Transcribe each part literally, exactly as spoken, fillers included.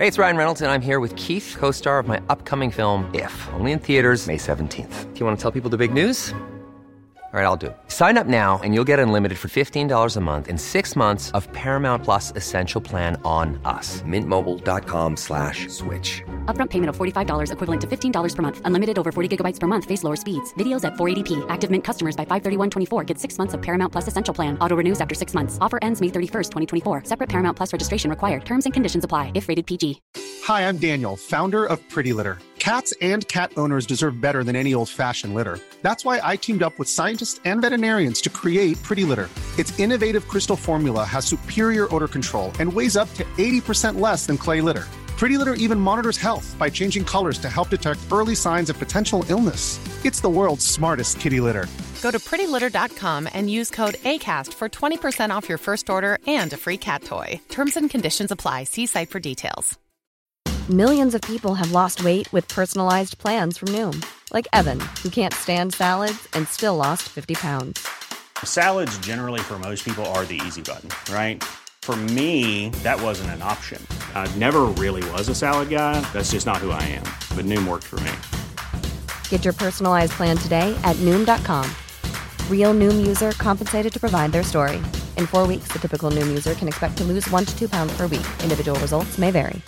Hey, it's Ryan Reynolds, and I'm here with Keith, co-star of my upcoming film, If, only in theaters May seventeenth. Do you want to tell people the big news? All right, I'll do it. Sign up now and you'll get unlimited for fifteen dollars a month and six months of Paramount Plus Essential Plan on us. Mint Mobile dot com slash switch. Upfront payment of forty-five dollars equivalent to fifteen dollars per month. Unlimited over forty gigabytes per month. Face lower speeds. Videos at four eighty p. Active Mint customers by five thirty-one twenty-four get six months of Paramount Plus Essential Plan. Auto renews after six months. Offer ends May thirty-first, twenty twenty-four. Separate Paramount Plus registration required. Terms and conditions apply if rated P G. Hi, I'm Daniel, founder of Pretty Litter. Cats and cat owners deserve better than any old-fashioned litter. That's why I teamed up with scientists and veterinarians to create Pretty Litter. Its innovative crystal formula has superior odor control and weighs up to eighty percent less than clay litter. Pretty Litter even monitors health by changing colors to help detect early signs of potential illness. It's the world's smartest kitty litter. Go to pretty litter dot com and use code ACAST for twenty percent off your first order and a free cat toy. Terms and conditions apply. See site for details. Millions of people have lost weight with personalized plans from Noom. Like Evan, who can't stand salads and still lost fifty pounds. Salads generally for most people are the easy button, right? For me, that wasn't an option. I never really was a salad guy. That's just not who I am. But Noom worked for me. Get your personalized plan today at Noom dot com. Real Noom user compensated to provide their story. In four weeks, the typical Noom user can expect to lose one to two pounds per week. Individual results may vary.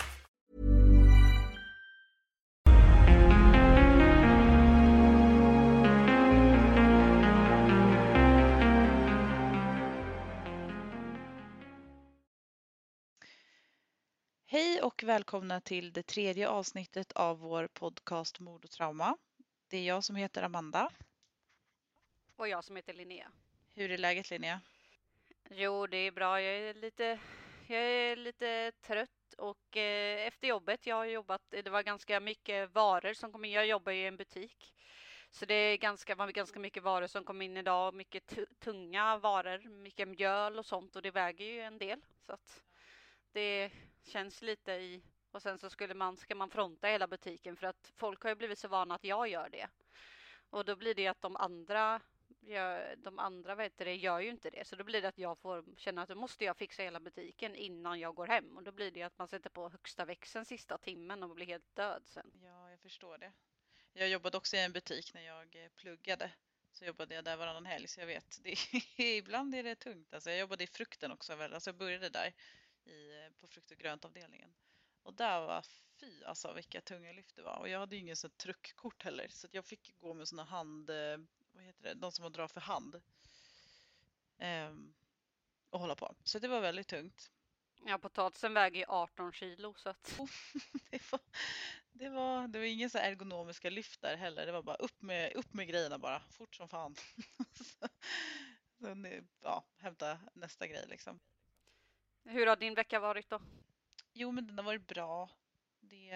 Hej och välkomna till det tredje avsnittet av vår podcast Mord och trauma. Det är jag som heter Amanda. Och jag som heter Linnea. Hur är läget, Linnea? Jo, det är bra. Jag är lite, jag är lite trött och eh, efter jobbet, jag har jobbat, det var ganska mycket varor som kom in. Jag jobbar i en butik. Så det är ganska, var ganska mycket varor som kom in idag. Mycket t- tunga varor, mycket mjöl och sånt. Och det väger ju en del. Så att det känns lite i... Och sen så skulle man, ska man fronta hela butiken. För att folk har ju blivit så vana att jag gör det. Och då blir det att de andra... Gör, de andra vet det, gör ju inte det. Så då blir det att jag får känna att då måste jag fixa hela butiken innan jag går hem. Och då blir det att man sätter på högsta växeln sista timmen och blir helt död sen. Ja, jag förstår det. Jag jobbade också i en butik när jag pluggade. Så jobbade jag där varannan helg, så jag vet. Det är, ibland är det tungt. Alltså, jag jobbade i frukten också. Alltså, jag började där i, på frukt- och gröntavdelningen. Och där var fy, alltså vilka tunga lyft det var. Och jag hade ju ingen sån truckkort heller. Så jag fick gå med såna hand... Vad heter det? De som drar för hand. Ehm, och hålla på. Så det var väldigt tungt. Ja, potatisen väger ju arton kilo. Så att... det, var, det, var, det var ingen så ergonomiska lyft där heller. Det var bara upp med, upp med grejerna bara. Fort som fan. så, så, ja, hämta nästa grej liksom. Hur har din vecka varit då? Jo, men den har varit bra. Det...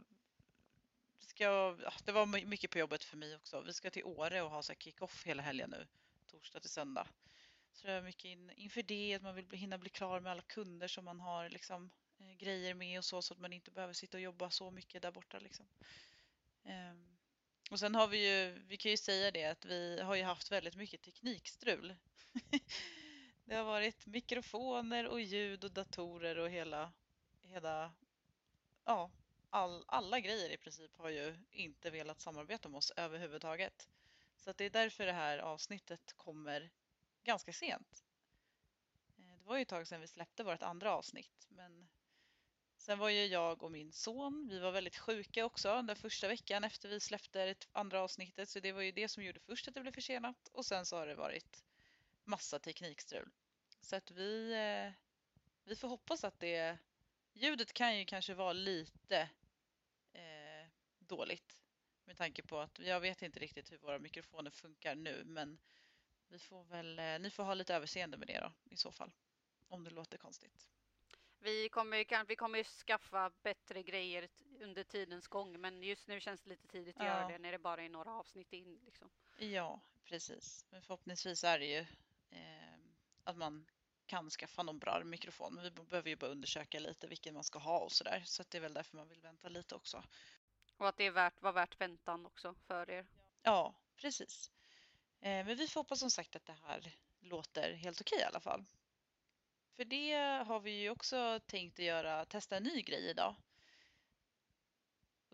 Ska, det var mycket på jobbet för mig också. Vi ska till Åre och ha så här kick-off hela helgen nu. Torsdag till söndag. Så det är mycket in, inför det. Att man vill hinna bli klar med alla kunder som man har liksom, eh, grejer med och så. Så att man inte behöver sitta och jobba så mycket där borta. Liksom. Um, och sen har vi ju, vi kan ju säga det att vi har ju haft väldigt mycket teknikstrul. Det har varit mikrofoner och ljud och datorer och hela, hela ja... All, alla grejer i princip har ju inte velat samarbeta med oss överhuvudtaget. Så att det är därför det här avsnittet kommer ganska sent. Det var ju ett tag sedan vi släppte vårt andra avsnitt. Men sen var ju jag och min son, vi var väldigt sjuka också den första veckan efter vi släppte det andra avsnittet. Så det var ju det som gjorde först att det blev försenat. Och sen så har det varit massa teknikstrul. Så att vi, vi får hoppas att det... Ljudet kan ju kanske vara lite eh, dåligt med tanke på att jag vet inte riktigt hur våra mikrofoner funkar nu, men vi får väl, eh, ni får ha lite överseende med det då i så fall, om det låter konstigt. Vi kommer, vi kommer ju skaffa bättre grejer under tidens gång, men just nu känns det lite tidigt att ja. göra det när det bara är några avsnitt in. Liksom. Ja, precis. Men förhoppningsvis är det ju eh, att man kan skaffa någon bra mikrofon. Men vi behöver ju bara undersöka lite vilken man ska ha och sådär. Så att det är väl därför man vill vänta lite också. Och att det är värt, var värt väntan också för er. Ja, precis. Eh, men vi får hoppas som sagt att det här låter helt okej i alla fall. För det har vi ju också tänkt att göra, testa en ny grej idag.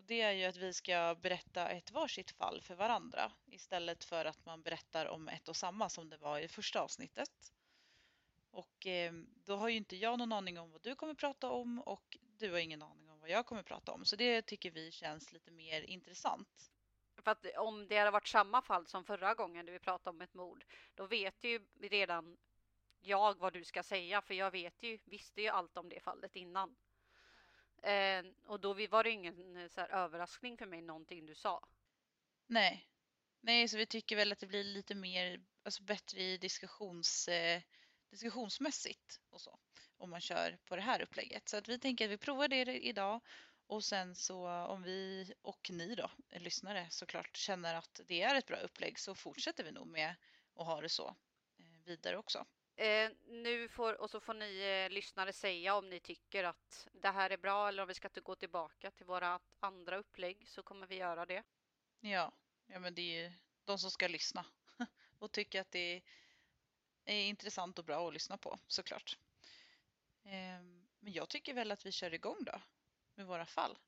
det är ju att vi ska berätta ett varsitt fall för varandra istället för att man berättar om ett och samma som det var i första avsnittet. Och eh, då har ju inte jag någon aning om vad du kommer prata om och du har ingen aning om vad jag kommer prata om. Så det tycker vi känns lite mer intressant. För att om det hade varit samma fall som förra gången när vi pratade om ett mord, då vet ju redan jag vad du ska säga, för jag vet ju, visste ju allt om det fallet innan. Eh, och då var det ingen så här överraskning för mig någonting du sa. Nej. Nej, så vi tycker väl att det blir lite mer, alltså bättre i diskussions, eh, diskussionsmässigt och så. Om man kör på det här upplägget. Så att vi tänker att vi provar det idag. Och sen så om vi och ni då, lyssnare såklart, känner att det är ett bra upplägg så fortsätter vi nog med att ha det så eh, vidare också. Eh, nu får, och så får ni eh, lyssnare säga om ni tycker att det här är bra eller om vi ska gå tillbaka till våra andra upplägg, så kommer vi göra det. Ja, ja men det är ju de som ska lyssna och tycka att det är intressant och bra att lyssna på såklart. Eh, men jag tycker väl att vi kör igång då med våra fall.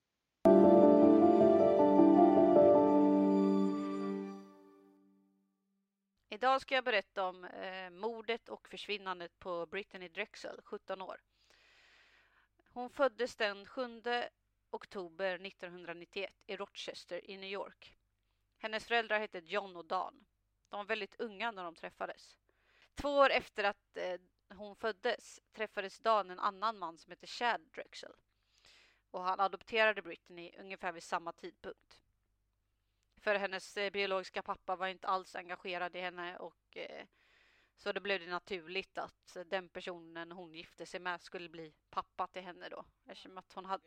Idag ska jag berätta om eh, mordet och försvinnandet på Brittany Drexel, sjutton år. Hon föddes den sjunde oktober nittonhundranittioett i Rochester i New York. Hennes föräldrar hette John och Dan. De var väldigt unga när de träffades. Två år efter att eh, hon föddes träffades Dan en annan man som heter Chad Drexel. Och han adopterade Brittany ungefär vid samma tidpunkt. För hennes eh, biologiska pappa var inte alls engagerad i henne, och eh, så det blev det naturligt att eh, den personen hon gifte sig med skulle bli pappa till henne då. Eftersom att hon hade...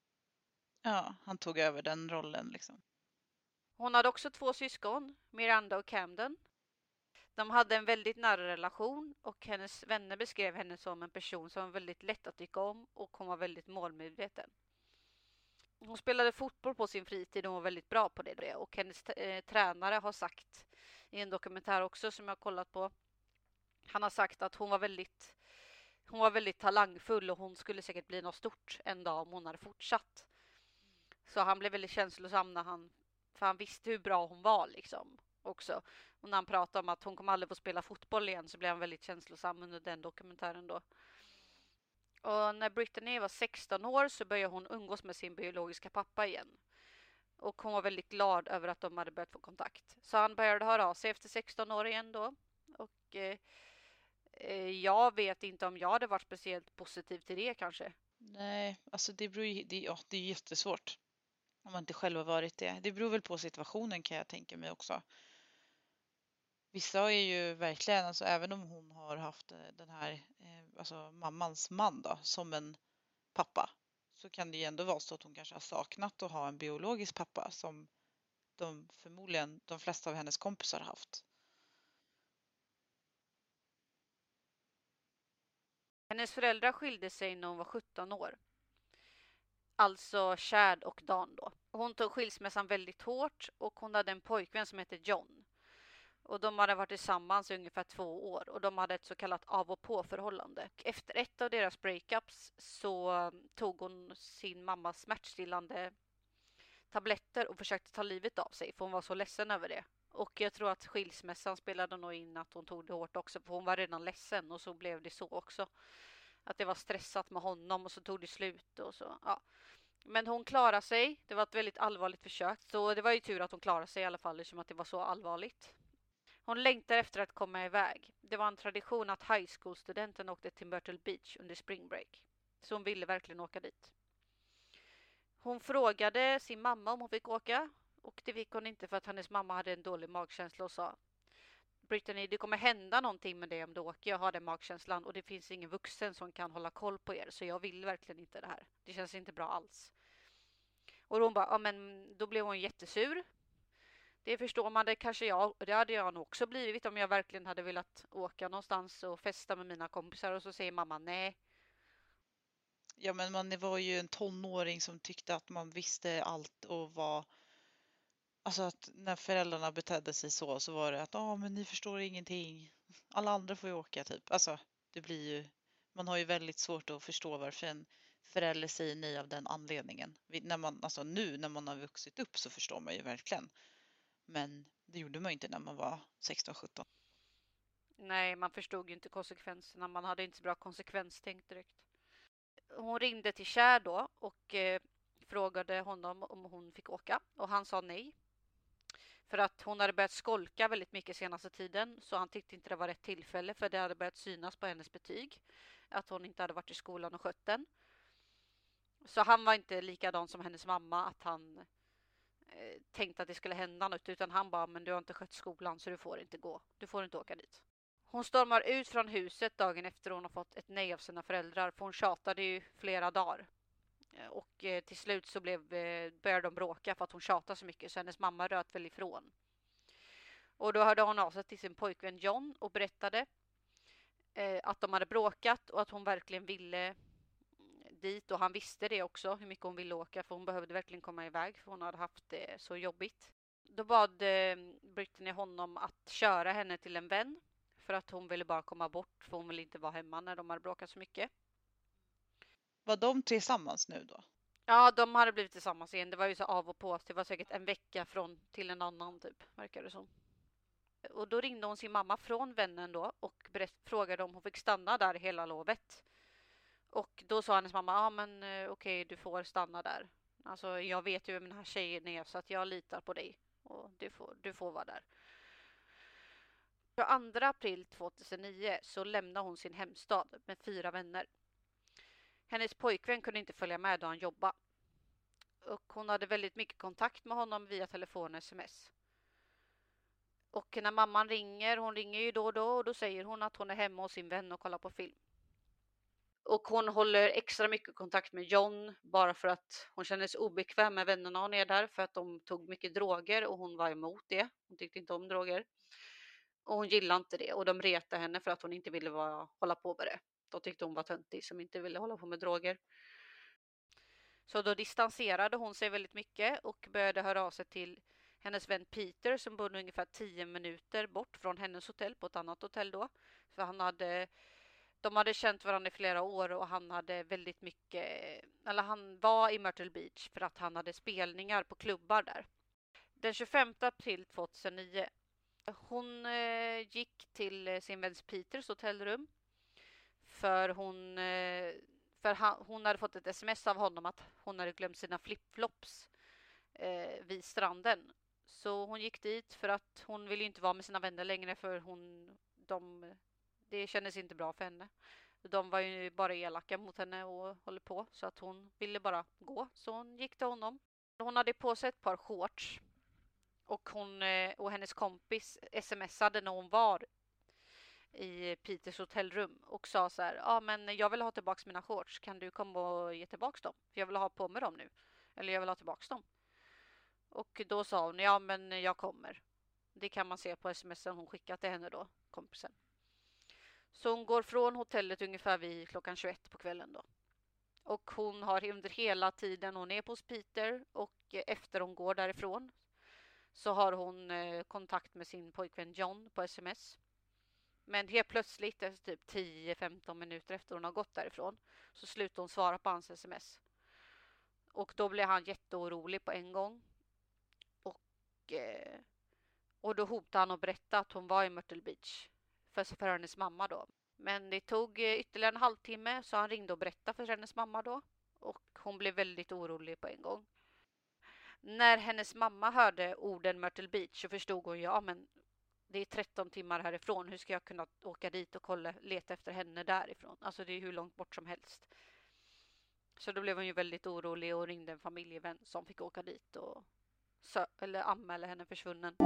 Ja, han tog över den rollen liksom. Hon hade också två syskon, Miranda och Camden. De hade en väldigt nära relation och hennes vänner beskrev henne som en person som var väldigt lätt att tycka om, och hon var väldigt målmedveten. Hon spelade fotboll på sin fritid och hon var väldigt bra på det. Och hennes eh, tränare har sagt i en dokumentär också som jag har kollat på. Han har sagt att hon var väldigt, hon var väldigt talangfull och hon skulle säkert bli något stort en dag om hon hade fortsatt. Så han blev väldigt känslosam när han, för han visste hur bra hon var liksom också. Och när han pratade om att hon kommer aldrig få spela fotboll igen så blev han väldigt känslosam under den dokumentären då. Och när Brittany var sexton år så började hon umgås med sin biologiska pappa igen. Och hon var väldigt glad över att de hade börjat få kontakt. Så han började höra av sig efter sexton år igen då. Och eh, jag vet inte om jag hade varit speciellt positiv till det kanske. Nej, alltså det beror ju, det, ja, det är jättesvårt om man inte själv har varit det. Det beror väl på situationen kan jag tänka mig också. Vissa är ju verkligen, alltså även om hon har haft den här, eh, alltså mammans man då, som en pappa, så kan det ju ändå vara så att hon kanske har saknat att ha en biologisk pappa som de förmodligen, de flesta av hennes kompisar har haft. Hennes föräldrar skilde sig när hon var sjutton år. Alltså Chad och Dan då. Hon tog skilsmässan väldigt hårt och hon hade en pojkvän som hette John. Och de hade varit tillsammans i ungefär två år och de hade ett så kallat av och på förhållande. Efter ett av deras breakups så tog hon sin mammas smärtstillande tabletter och försökte ta livet av sig för hon var så ledsen över det. Och jag tror att skilsmässan spelade nog in att hon tog det hårt också, för hon var redan ledsen och så blev det så också. Att det var stressat med honom och så tog det slut och så, ja. Men hon klarade sig, det var ett väldigt allvarligt försök. Så det var ju tur att hon klarade sig i alla fall, eftersom att det var så allvarligt. Hon längtar efter att komma iväg. Det var en tradition att high school-studenten åkte till Myrtle Beach under spring break. Så hon ville verkligen åka dit. Hon frågade sin mamma om hon fick åka. Och det fick hon inte för att hennes mamma hade en dålig magkänsla och sa: Brittany, det kommer hända någonting med det om du åker. Jag har den magkänslan och det finns ingen vuxen som kan hålla koll på er. Så jag vill verkligen inte det här. Det känns inte bra alls. Och hon bara, ja men då blev hon jättesur. Det förstår man, det kanske jag, det hade jag nog också blivit om jag verkligen hade velat åka någonstans och festa med mina kompisar, och så säger mamma nej. Ja, men man var ju en tonåring som tyckte att man visste allt och var, alltså att när föräldrarna betedde sig så så var det att ja, men ni förstår ingenting. Alla andra får ju åka typ. Alltså det blir ju, man har ju väldigt svårt att förstå varför en Förälder säger nej av den anledningen. Vi, när man, alltså nu när man har vuxit upp så förstår man ju verkligen. Men det gjorde man ju inte när man var sexton sjutton. Nej, man förstod ju inte konsekvenserna. Man hade inte så bra konsekvenstänk direkt. Hon ringde till Kär då och eh, frågade honom om hon fick åka. Och han sa nej. För att hon hade börjat skolka väldigt mycket senaste tiden. Så han tyckte inte det var rätt tillfälle. För det hade börjat synas på hennes betyg. Att hon inte hade varit i skolan och skött den. Så han var inte likadan som hennes mamma. Att han eh, tänkte att det skulle hända något. Utan han bara, men du har inte skött skolan så du får inte gå. Du får inte åka dit. Hon stormar ut från huset dagen efter hon har fått ett nej av sina föräldrar. För hon tjatade ju flera dagar. Och eh, till slut så blev, eh, började de bråka för att hon tjatade så mycket. Så hennes mamma röt väl ifrån. Och då hörde hon av sig till sin pojkvän John och berättade eh, att de hade bråkat. Och att hon verkligen ville dit. Och han visste det också, hur mycket hon ville åka. För hon behövde verkligen komma iväg. För hon hade haft det så jobbigt. Då bad eh, Brittany honom att köra henne till en vän. För att hon ville bara komma bort. För hon ville inte vara hemma när de hade bråkat så mycket. Var de tillsammans nu då? Ja, de hade blivit tillsammans igen. Det var ju så av och på. Det var säkert en vecka från till en annan typ, verkar det som. Och då ringde hon sin mamma från vännen då. Och berätt, frågade om hon fick stanna där hela lovet. Och då sa hennes mamma, ja men okej okay, du får stanna där. Alltså jag vet ju vem den här tjejen är så att jag litar på dig. Och du får, du får vara där. tjugoandra april tvåtusen-nio så lämnade hon sin hemstad med fyra vänner. Hennes pojkvän kunde inte följa med då han jobbade. Och hon hade väldigt mycket kontakt med honom via telefon och sms. Och när mamman ringer, hon ringer ju då och då och då säger hon att hon är hemma hos sin vän och kollar på film. Och hon håller extra mycket kontakt med John bara för att hon känner sig obekväm med vännerna hon är där för att de tog mycket droger och hon var emot det. Hon tyckte inte om droger. Och hon gillade inte det och de retade henne för att hon inte ville vara, hålla på med det. Då tyckte hon var töntig som inte ville hålla på med droger. Så då distanserade hon sig väldigt mycket och började höra av sig till hennes vän Peter som bodde ungefär tio minuter bort från hennes hotell på ett annat hotell då. För han hade, de hade känt varandra i flera år och han hade väldigt mycket, eller han var i Myrtle Beach för att han hade spelningar på klubbar där. Den tjugofemte april tvåtusen-nio hon eh, gick till sin väns Peters hotellrum för hon eh, för han, hon hade fått ett sms av honom att hon hade glömt sina flipflops eh, vid stranden. Så hon gick dit för att hon ville inte vara med sina vänner längre för hon de det kändes inte bra för henne. De var ju bara elaka mot henne och håller på så att hon ville bara gå. Så hon gick till honom. Hon hade på sig ett par shorts. Och hon och hennes kompis smsade när hon var i Peters hotellrum och sa så här, ja ah, men jag vill ha tillbaka mina shorts, kan du komma och ge tillbaka dem? För jag vill ha på mig dem nu, eller jag vill ha tillbaka dem. Och då sa hon, ja men jag kommer. Det kan man se på smsen hon skickat till henne då, kompisen. Så hon går från hotellet ungefär vid klockan tjugoett på kvällen då. Och hon har under hela tiden hon är på Peter och efter hon går därifrån så har hon eh, kontakt med sin pojkvän John på sms. Men helt plötsligt, efter typ tio till femton minuter efter hon har gått därifrån, så slutar hon svara på hans sms. Och då blir han jätteorolig på en gång. Och, eh, och då hotar han att berätta att hon var i Myrtle Beach för, för hennes mamma då. Men det tog eh, ytterligare en halvtimme så han ringde och berättade för hennes mamma då. Och hon blev väldigt orolig på en gång. När hennes mamma hörde orden Myrtle Beach så förstod hon, ja men det är tretton timmar härifrån. Hur ska jag kunna åka dit och kolla, leta efter henne därifrån? Alltså det är hur långt bort som helst. Så då blev hon ju väldigt orolig och ringde en familjevän som fick åka dit och sö- eller anmäla henne försvunnen.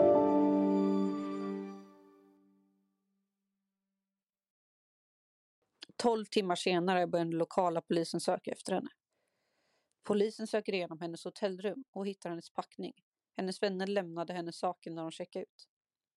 Tolv timmar senare började den lokala polisen söka efter henne. Polisen söker igenom hennes hotellrum och hittar hennes packning. Hennes vänner lämnade hennes saker när de checkade ut.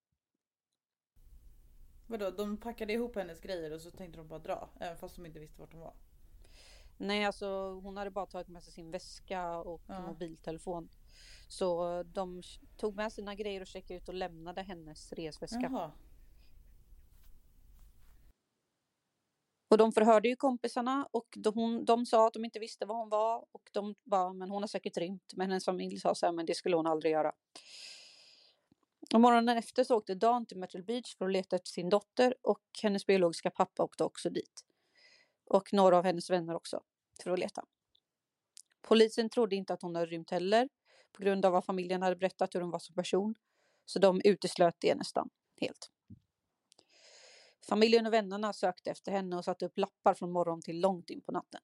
Vadå, de packade ihop hennes grejer och så tänkte de bara dra, även fast de inte visste vart de var? Nej, alltså hon hade bara tagit med sig sin väska och ja. mobiltelefon. Så de tog med sina grejer och checkade ut och lämnade hennes resväska. Jaha. Och de förhörde ju kompisarna och de, hon, de sa att de inte visste vad hon var. Och de bara, men hon har säkert rymt. Men hennes familj sa så här, men det skulle hon aldrig göra. Och morgonen efter så åkte Dan till Myrtle Beach för att leta efter sin dotter. Och hennes biologiska pappa åkte också dit. Och några av hennes vänner också för att leta. Polisen trodde inte att hon hade rymt heller. På grund av vad familjen hade berättat hur hon var som person. Så de uteslöt det nästan helt. Familjen och vännerna sökte efter henne och satte upp lappar från morgon till långt in på natten.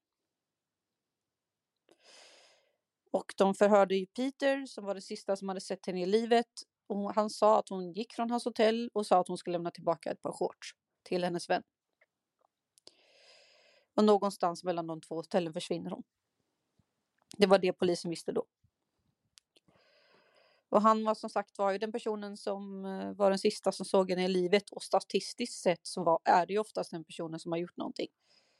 Och de förhörde ju Peter som var den sista som hade sett henne i livet. Och han sa att hon gick från hans hotell och sa att hon skulle lämna tillbaka ett par shorts till hennes vän. Och någonstans mellan de två hotellen försvinner hon. Det var det polisen visste då. Och han var som sagt var ju den personen som var den sista som såg henne i livet. Och statistiskt sett så var, är det ju oftast den personen som har gjort någonting.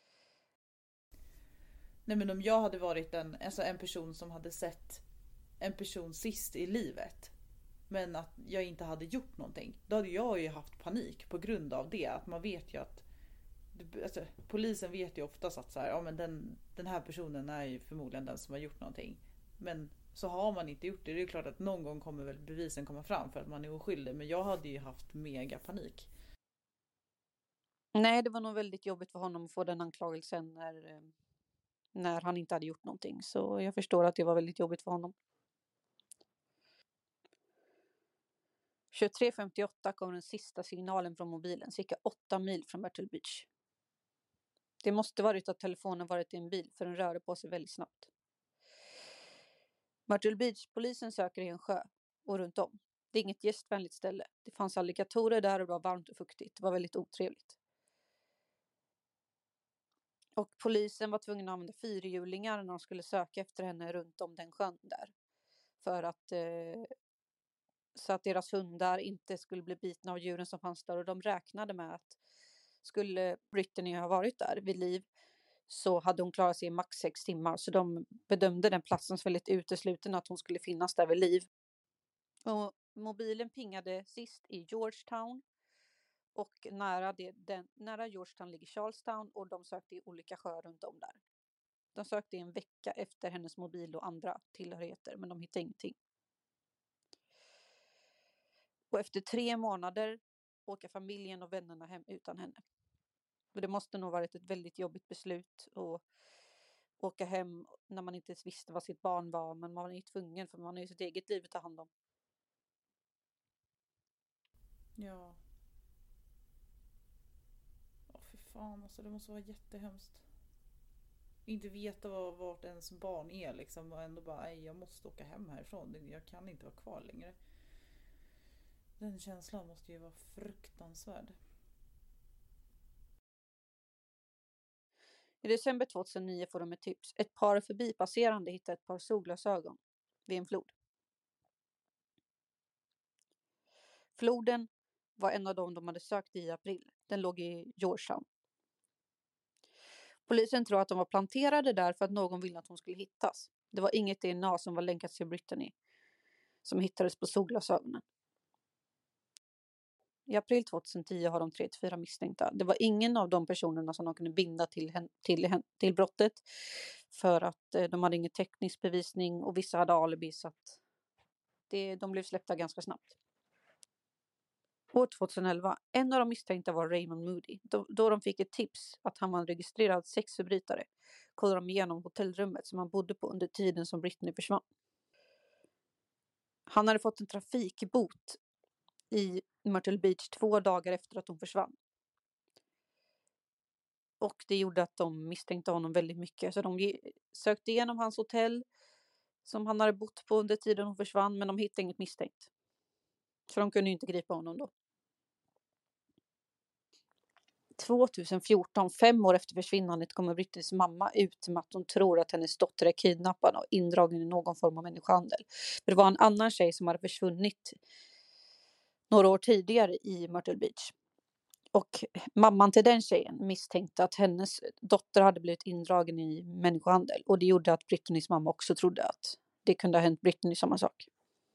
Nej, men om jag hade varit en, alltså en person som hade sett en person sist i livet. Men att jag inte hade gjort någonting. Då hade jag ju haft panik på grund av det. Att man vet ju att alltså, polisen vet ju oftast att så här, ja, men den, den här personen är ju förmodligen den som har gjort någonting. Men så har man inte gjort det. Det är ju klart att någon gång kommer väl bevisen komma fram för att man är oskyldig. Men jag hade ju haft mega panik. Nej, det var nog väldigt jobbigt för honom att få den anklagelsen när, när han inte hade gjort någonting. Så jag förstår att det var väldigt jobbigt för honom. tjugotre femtioåtta kom den sista signalen från mobilen, cirka åtta mil från Myrtle Beach. Det måste varit att telefonen varit i en bil, för den rörde på sig väldigt snabbt. Myrtle Beach-polisen söker i en sjö och runt om. Det är inget gästvänligt ställe. Det fanns alligatorer där och det var varmt och fuktigt. Det var väldigt otrevligt. Och polisen var tvungen att använda fyrhjulingar när de skulle söka efter henne runt om den sjön där. För att... Eh, så att deras hundar inte skulle bli bitna av djuren som fanns där. Och de räknade med att skulle Brittany ha varit där vid liv så hade hon klarat sig i max sex timmar. Så de bedömde den platsen som väldigt utesluten att hon skulle finnas där vid liv. Och mobilen pingade sist i Georgetown. Och nära, det, den, nära Georgetown ligger Charlestown och de sökte i olika sjöar runt om där. De sökte i en vecka efter hennes mobil och andra tillhörigheter men de hittade ingenting. Och efter tre månader åker familjen och vännerna hem utan henne. Och det måste nog varit ett väldigt jobbigt beslut att åka hem när man inte visste vad sitt barn var. Men man var ju tvungen för man har ju sitt eget liv att ta hand om. Ja. Åh fy fan, alltså det måste vara jättehemskt. Inte veta vad, vart ens barn är liksom. Och ändå bara, nej jag måste åka hem härifrån. Jag kan inte vara kvar längre. Den känslan måste ju vara fruktansvärd. I december tjugohundranio får de ett tips. Ett par förbipasserande hittar ett par solglasögon vid en flod. Floden var en av dem de hade sökt i april. Den låg i Georgetown. Polisen tror att de var planterade där för att någon ville att hon skulle hittas. Det var inget D N A som var länkat till Brittany som hittades på solglasögonen. I april tjugohundratio har de tre till fyra misstänkta. Det var ingen av de personerna som de kunde binda till, till, till brottet. För att eh, de hade ingen teknisk bevisning och vissa hade alibi så att det, de blev släppta ganska snabbt. År tjugohundraelva, en av de misstänkta var Raymond Moody. Då, då de fick ett tips att han var en registrerad sexförbrytare kollade de igenom hotellrummet som han bodde på under tiden som Brittany försvann. Han hade fått en trafikbot i Myrtle Beach två dagar efter att hon försvann. Och det gjorde att de misstänkte honom väldigt mycket. Så de sökte igenom hans hotell som han hade bott på under tiden hon försvann. Men de hittade inget misstänkt. Så de kunde ju inte gripa honom då. tjugohundrafjorton, fem år efter försvinnandet, kommer Brittany's mamma ut med att hon tror att hennes dotter är kidnappad och indragen i någon form av människohandel. För det var en annan tjej som hade försvunnit några år tidigare i Myrtle Beach. Och mamman till den tjejen misstänkte att hennes dotter hade blivit indragen i människohandel. Och det gjorde att Brittany's mamma också trodde att det kunde ha hänt Brittany samma sak.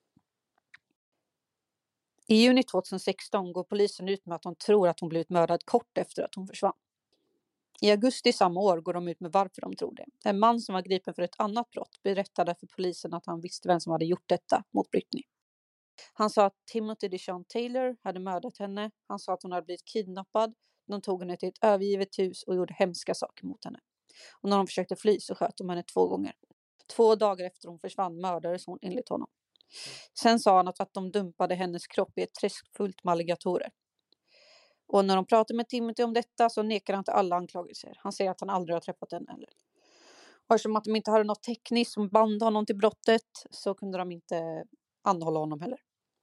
I juni tjugohundrasexton går polisen ut med att de tror att hon blivit mördad kort efter att hon försvann. I augusti samma år går de ut med varför de tror det. En man som var gripen för ett annat brott berättade för polisen att han visste vem som hade gjort detta mot Britney. Han sa att Timothy DeShawn Taylor hade mördat henne. Han sa att hon hade blivit kidnappad. De tog henne till ett övergivet hus och gjorde hemska saker mot henne. Och när de försökte fly så sköt de henne två gånger. Två dagar efter hon försvann mördades hon enligt honom. Sen sa han att, att de dumpade hennes kropp i ett träsk fullt med alligatorer. Och när de pratade med Timothy om detta så nekar han till alla anklagelser. Han säger att han aldrig har träffat henne heller. Och eftersom att de inte hade något tekniskt som band honom till brottet så kunde de inte anhålla honom heller.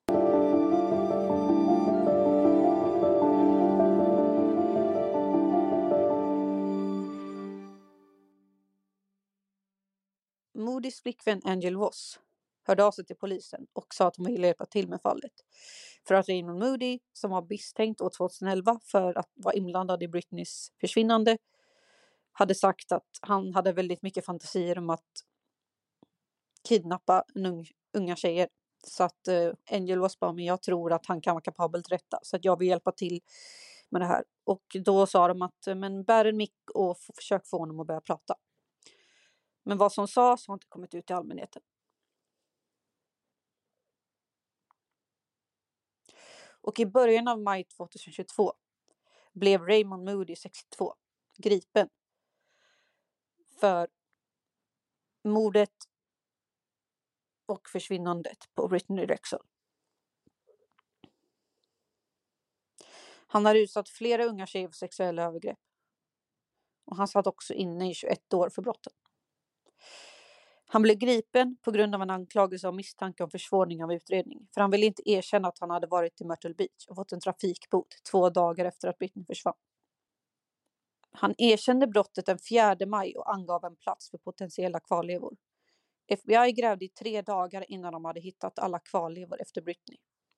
Moodys flickvän Angel Voss hörde av sig till polisen och sa att hon ville hjälpa till med fallet. För att Raymond Moody, som var misstänkt år tjugoelva för att vara inblandad i Britneys försvinnande, hade sagt att han hade väldigt mycket fantasier om att kidnappa ung, unga tjejer. Så att uh, Angel Voss bara, men jag tror att han kan vara kapabel till detta. Så att jag vill hjälpa till med det här. Och då sa de att, men bär en mick och f- försök få honom att börja prata. Men vad som sades har inte kommit ut till allmänheten. Och i början av maj tjugohundratjugotvå blev Raymond Moody, sextiotvå, gripen för mordet och försvinnandet på Brittany Drexel. Han har utsatt flera unga tjejer för sexuella övergrepp. Och han satt också inne i tjugoett år för brotten. Han blev gripen på grund av en anklagelse om misstanke om försvårning av utredning. För han ville inte erkänna att han hade varit i Myrtle Beach och fått en trafikbot två dagar efter att Britney försvann. Han erkände brottet den fjärde maj och angav en plats för potentiella kvarlevor. F B I grävde i tre dagar innan de hade hittat alla kvarlevor efter Britney.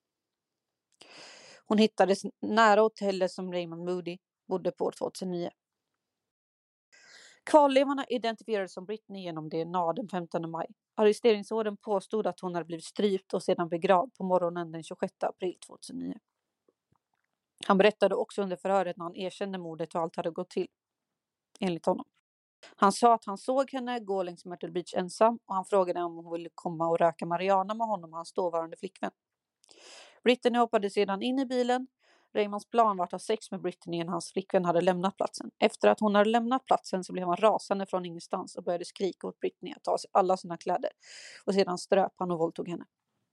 Hon hittades nära hotellet som Raymond Moody bodde på tjugohundranio. Kvarlevorna identifierades som Britney genom D N A den femtonde maj. Arresteringsordern påstod att hon hade blivit strypt och sedan begravd på morgonen den tjugosjätte april tjugohundranio. Han berättade också under förhöret när han erkände mordet hur allt hade gått till, enligt honom. Han sa att han såg henne gå längs Myrtle Beach ensam och han frågade om hon ville komma och röka marijuana med honom och hans dåvarande flickvän. Britney hoppade sedan in i bilen. Raymonds plan var att ha sex med Britney när hans flickvän hade lämnat platsen. Efter att hon hade lämnat platsen så blev han rasande från ingenstans och började skrika åt Britney att ta sig alla sina kläder. Och sedan ströp han och våldtog henne.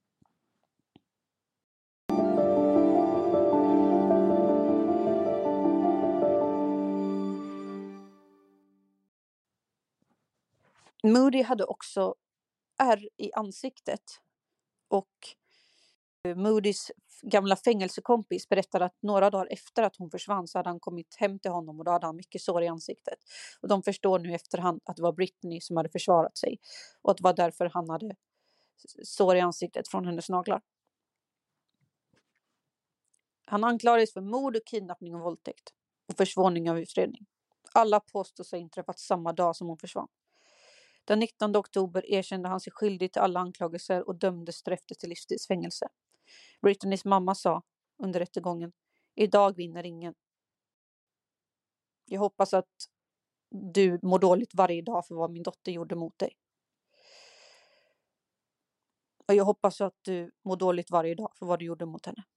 Moody hade också ärr i ansiktet och Moodys gamla fängelsekompis berättade att några dagar efter att hon försvann så hade han kommit hem till honom och då hade han mycket sår i ansiktet. Och de förstår nu efterhand att det var Britney som hade försvarat sig och att det var därför han hade sår i ansiktet från hennes naglar. Han anklagades för mord och kidnappning och våldtäkt och försvårning av utredning. Alla påstås ha inträffat samma dag som hon försvann. Den nittonde oktober erkände han sig skyldig till alla anklagelser och dömdes därefter till livstidsfängelse. Britneys mamma sa under rättegången: idag vinner ingen. Jag hoppas att du mår dåligt varje dag för vad min dotter gjorde mot dig. Och jag hoppas att du mår dåligt varje dag för vad du gjorde mot henne.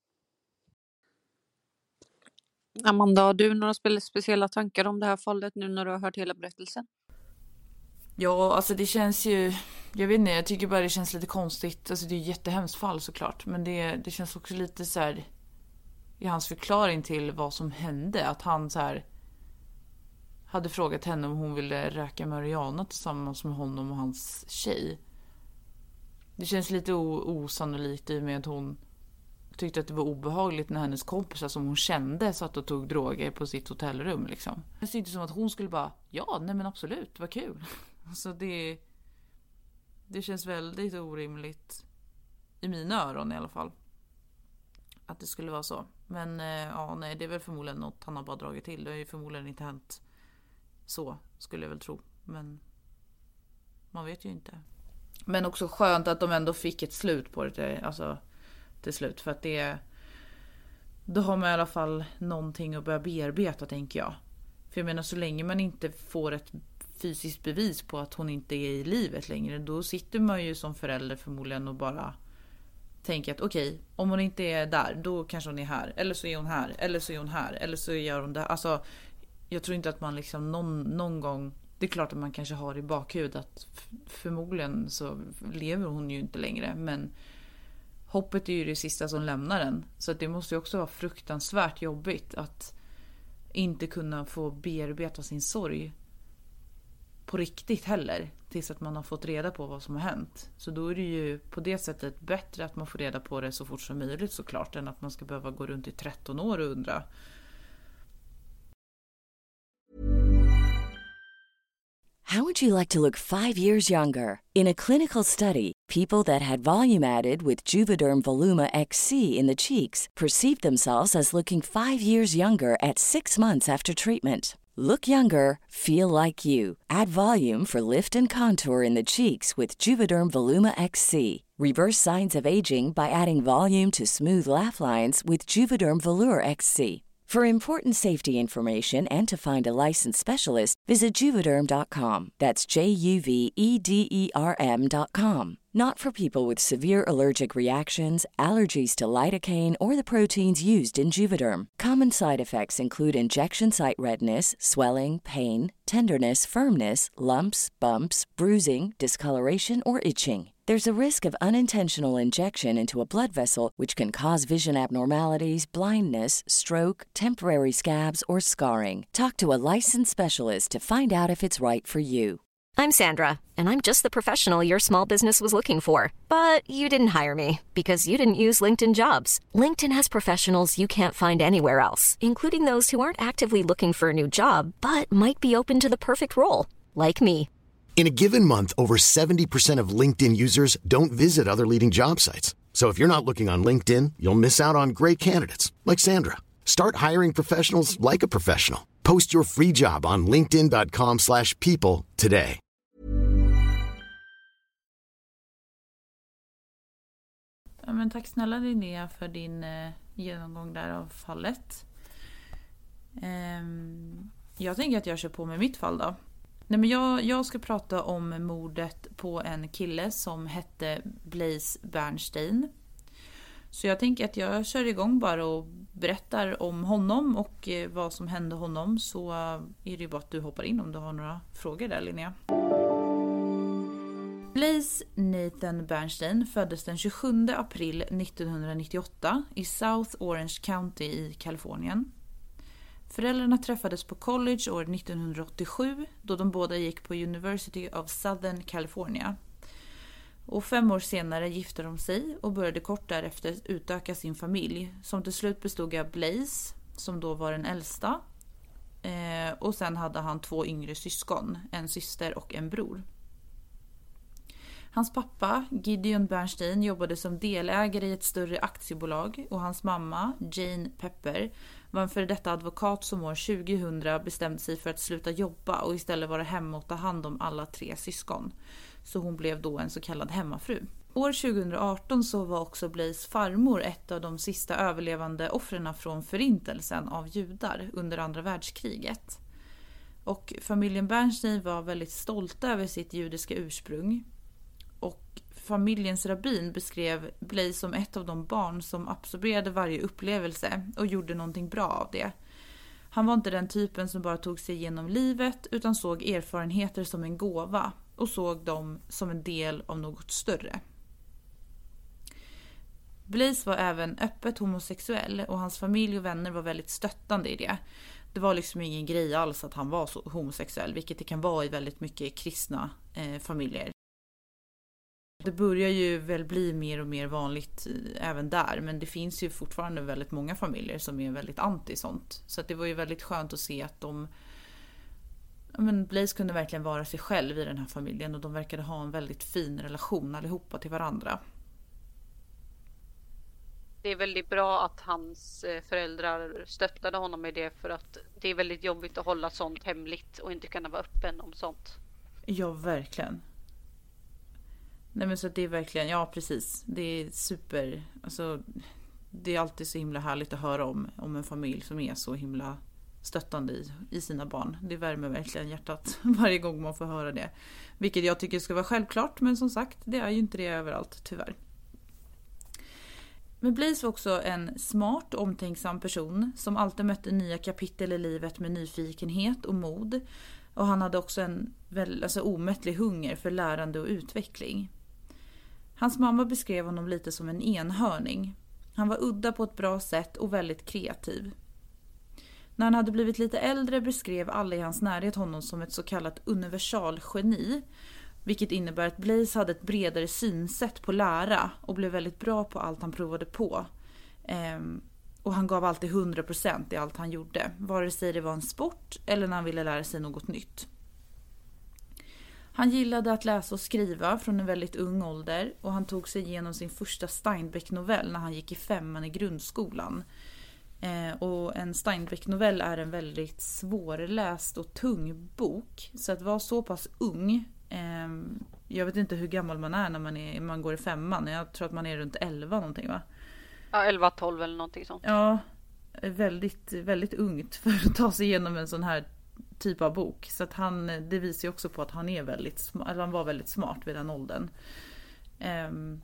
Amanda, har du några speciella tankar om det här fallet nu när du har hört hela berättelsen? Ja, alltså det känns ju, jag vet inte, jag tycker bara det känns lite konstigt. Alltså det är ett jättehemskt fall såklart, men det, det känns också lite så här i hans förklaring till vad som hände, att han så här hade frågat henne om hon ville röka marijuana tillsammans med honom och hans tjej. Det känns lite osannolikt i och med att hon tyckte att det var obehagligt när hennes kompisar som hon kände satt och tog droger på sitt hotellrum liksom. Det ser inte som att hon skulle bara, ja, nej men absolut, vad kul. Alltså det det känns väldigt orimligt i mina öron i alla fall att det skulle vara så. Men ja, nej, det är väl förmodligen något han har bara dragit till. Det är ju förmodligen inte hänt så, skulle jag väl tro. Men man vet ju inte. Men också skönt att de ändå fick ett slut på det, alltså till slut, för att det då har man i alla fall någonting att börja bearbeta, tänker jag. För jag menar, så länge man inte får ett fysiskt bevis på att hon inte är i livet längre, då sitter man ju som förälder förmodligen och bara tänker att okej, okay, om hon inte är där, då kanske hon är här. Eller så är hon här, eller så är hon här, eller så gör hon det. Alltså, jag tror inte att man liksom någon, någon gång, det är klart att man kanske har i bakhuvudet att förmodligen så lever hon ju inte längre, men hoppet är ju det sista som lämnar en. Så att det måste ju också vara fruktansvärt jobbigt att inte kunna få bearbeta sin sorg på riktigt heller, tills att man har fått reda på vad som har hänt. Så då är det ju på det sättet bättre att man får reda på det så fort som möjligt, såklart, än att man ska behöva gå runt i tretton år och undra. How would you like to look five years younger? In a clinical study, people that had volume added with Juvederm Voluma X C in the cheeks perceived themselves as looking five years younger at six months after treatment. Look younger, feel like you. Add volume for lift and contour in the cheeks with Juvederm Voluma X C. Reverse signs of aging by adding volume to smooth laugh lines with Juvederm Volure X C. For important safety information and to find a licensed specialist, visit Juvederm dot com. That's J U V E D E R M dot com. Not for people with severe allergic reactions, allergies to lidocaine, or the proteins used in Juvederm. Common side effects include injection site redness, swelling, pain, tenderness, firmness, lumps, bumps, bruising, discoloration, or itching. There's a risk of unintentional injection into a blood vessel, which can cause vision abnormalities, blindness, stroke, temporary scabs, or scarring. Talk to a licensed specialist to find out if it's right for you. I'm Sandra, and I'm just the professional your small business was looking for. But you didn't hire me because you didn't use LinkedIn Jobs. LinkedIn has professionals you can't find anywhere else, including those who aren't actively looking for a new job, but might be open to the perfect role, like me. In a given month, over seventy percent of LinkedIn users don't visit other leading job sites. So if you're not looking on LinkedIn, you'll miss out on great candidates like Sandra. Start hiring professionals like a professional. Post your free job on linkedin dot com slash people today. Ja, men tack snälla Linnea för din eh, genomgång där av fallet. Ehm, jag tänker att jag kör på med mitt fall då. Nej, men jag, jag ska prata om mordet på en kille som hette Blaze Bernstein. Så jag tänker att jag kör igång bara och berättar om honom och eh, vad som hände honom. Så eh, är det ju bara att du hoppar in om du har några frågor där, Linnea. Blaze Nathan Bernstein föddes den tjugosjunde april nittonhundranittioåtta i South Orange County i Kalifornien. Föräldrarna träffades på college år nittonhundraåttiosju då de båda gick på University of Southern California. Och fem år senare gifte de sig och började kort därefter utöka sin familj, som till slut bestod av Blaze, som då var den äldsta. Eh, och sen hade han två yngre syskon, en syster och en bror. Hans pappa, Gideon Bernstein, jobbade som delägare i ett större aktiebolag och hans mamma, Jane Pepper, var en före detta advokat som år tjugohundra bestämde sig för att sluta jobba och istället vara hemma och ta hand om alla tre syskon. Så hon blev då en så kallad hemmafru. År tjugohundraarton så var också Blaze farmor ett av de sista överlevande offren från förintelsen av judar under andra världskriget. Och familjen Bernstein var väldigt stolta över sitt judiska ursprung. Och familjens rabbin beskrev Blaze som ett av de barn som absorberade varje upplevelse och gjorde någonting bra av det. Han var inte den typen som bara tog sig igenom livet utan såg erfarenheter som en gåva och såg dem som en del av något större. Blaze var även öppet homosexuell och hans familj och vänner var väldigt stöttande i det. Det var liksom ingen grej alls att han var så homosexuell, vilket det kan vara i väldigt mycket kristna eh, familjer. Det börjar ju väl bli mer och mer vanligt även där, men det finns ju fortfarande väldigt många familjer som är väldigt anti sånt. Så att det var ju väldigt skönt att se att de, ja, men Blaze kunde verkligen vara sig själv i den här familjen och de verkade ha en väldigt fin relation allihopa till varandra. Det är väldigt bra att hans föräldrar stöttade honom i det, för att det är väldigt jobbigt att hålla sånt hemligt och inte kunna vara öppen om sånt. Ja, verkligen. Nej, men så att det är verkligen, ja precis, det är super, alltså det är alltid så himla härligt att höra om, om en familj som är så himla stöttande i, i sina barn. Det värmer verkligen hjärtat varje gång man får höra det. Vilket jag tycker ska vara självklart, men som sagt, det är ju inte det överallt, tyvärr. Men Blaze var också en smart och omtänksam person som alltid mötte nya kapitel i livet med nyfikenhet och mod. Och han hade också en väl, alltså omättlig hunger för lärande och utveckling. Hans mamma beskrev honom lite som en enhörning. Han var udda på ett bra sätt och väldigt kreativ. När han hade blivit lite äldre beskrev alla i hans närhet honom som ett så kallat universalgeni. Vilket innebär att Blaze hade ett bredare synsätt på lära och blev väldigt bra på allt han provade på. Ehm, och han gav alltid hundra procent i allt han gjorde, vare sig det var en sport eller när han ville lära sig något nytt. Han gillade att läsa och skriva från en väldigt ung ålder och han tog sig igenom sin första Steinbeck-novell när han gick i femman i grundskolan. Eh, och en Steinbeck-novell är en väldigt svårläst och tung bok, så att vara så pass ung, eh, jag vet inte hur gammal man är när man, är, man går i femman, jag tror att man är runt elva någonting, va? Ja, elva tolv eller någonting sånt. Ja, väldigt, väldigt ungt för att ta sig igenom en sån här typ av bok. Så att han, det visar ju också på att han, är väldigt, eller han var väldigt smart vid den åldern. Um,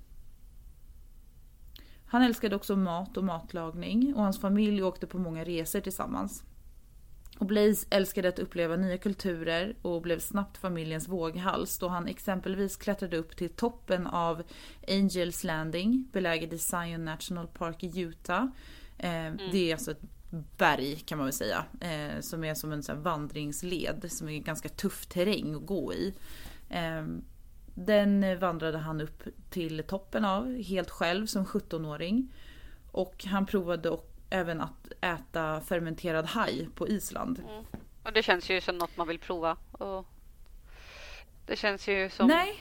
han älskade också mat och matlagning och hans familj åkte på många resor tillsammans. Och Blaze älskade att uppleva nya kulturer och blev snabbt familjens våghals då han exempelvis klättrade upp till toppen av Angels Landing, beläget i Zion National Park i Utah. Eh, mm. Det är alltså ett berg kan man väl säga, eh, som är som en sån här vandringsled som är ganska tuff terräng att gå i. Eh, den vandrade han upp till toppen av helt själv som sjuttonåring och han provade också även att äta fermenterad haj på Island. Mm. Och det känns ju som något man vill prova. Och det känns ju som... Nej,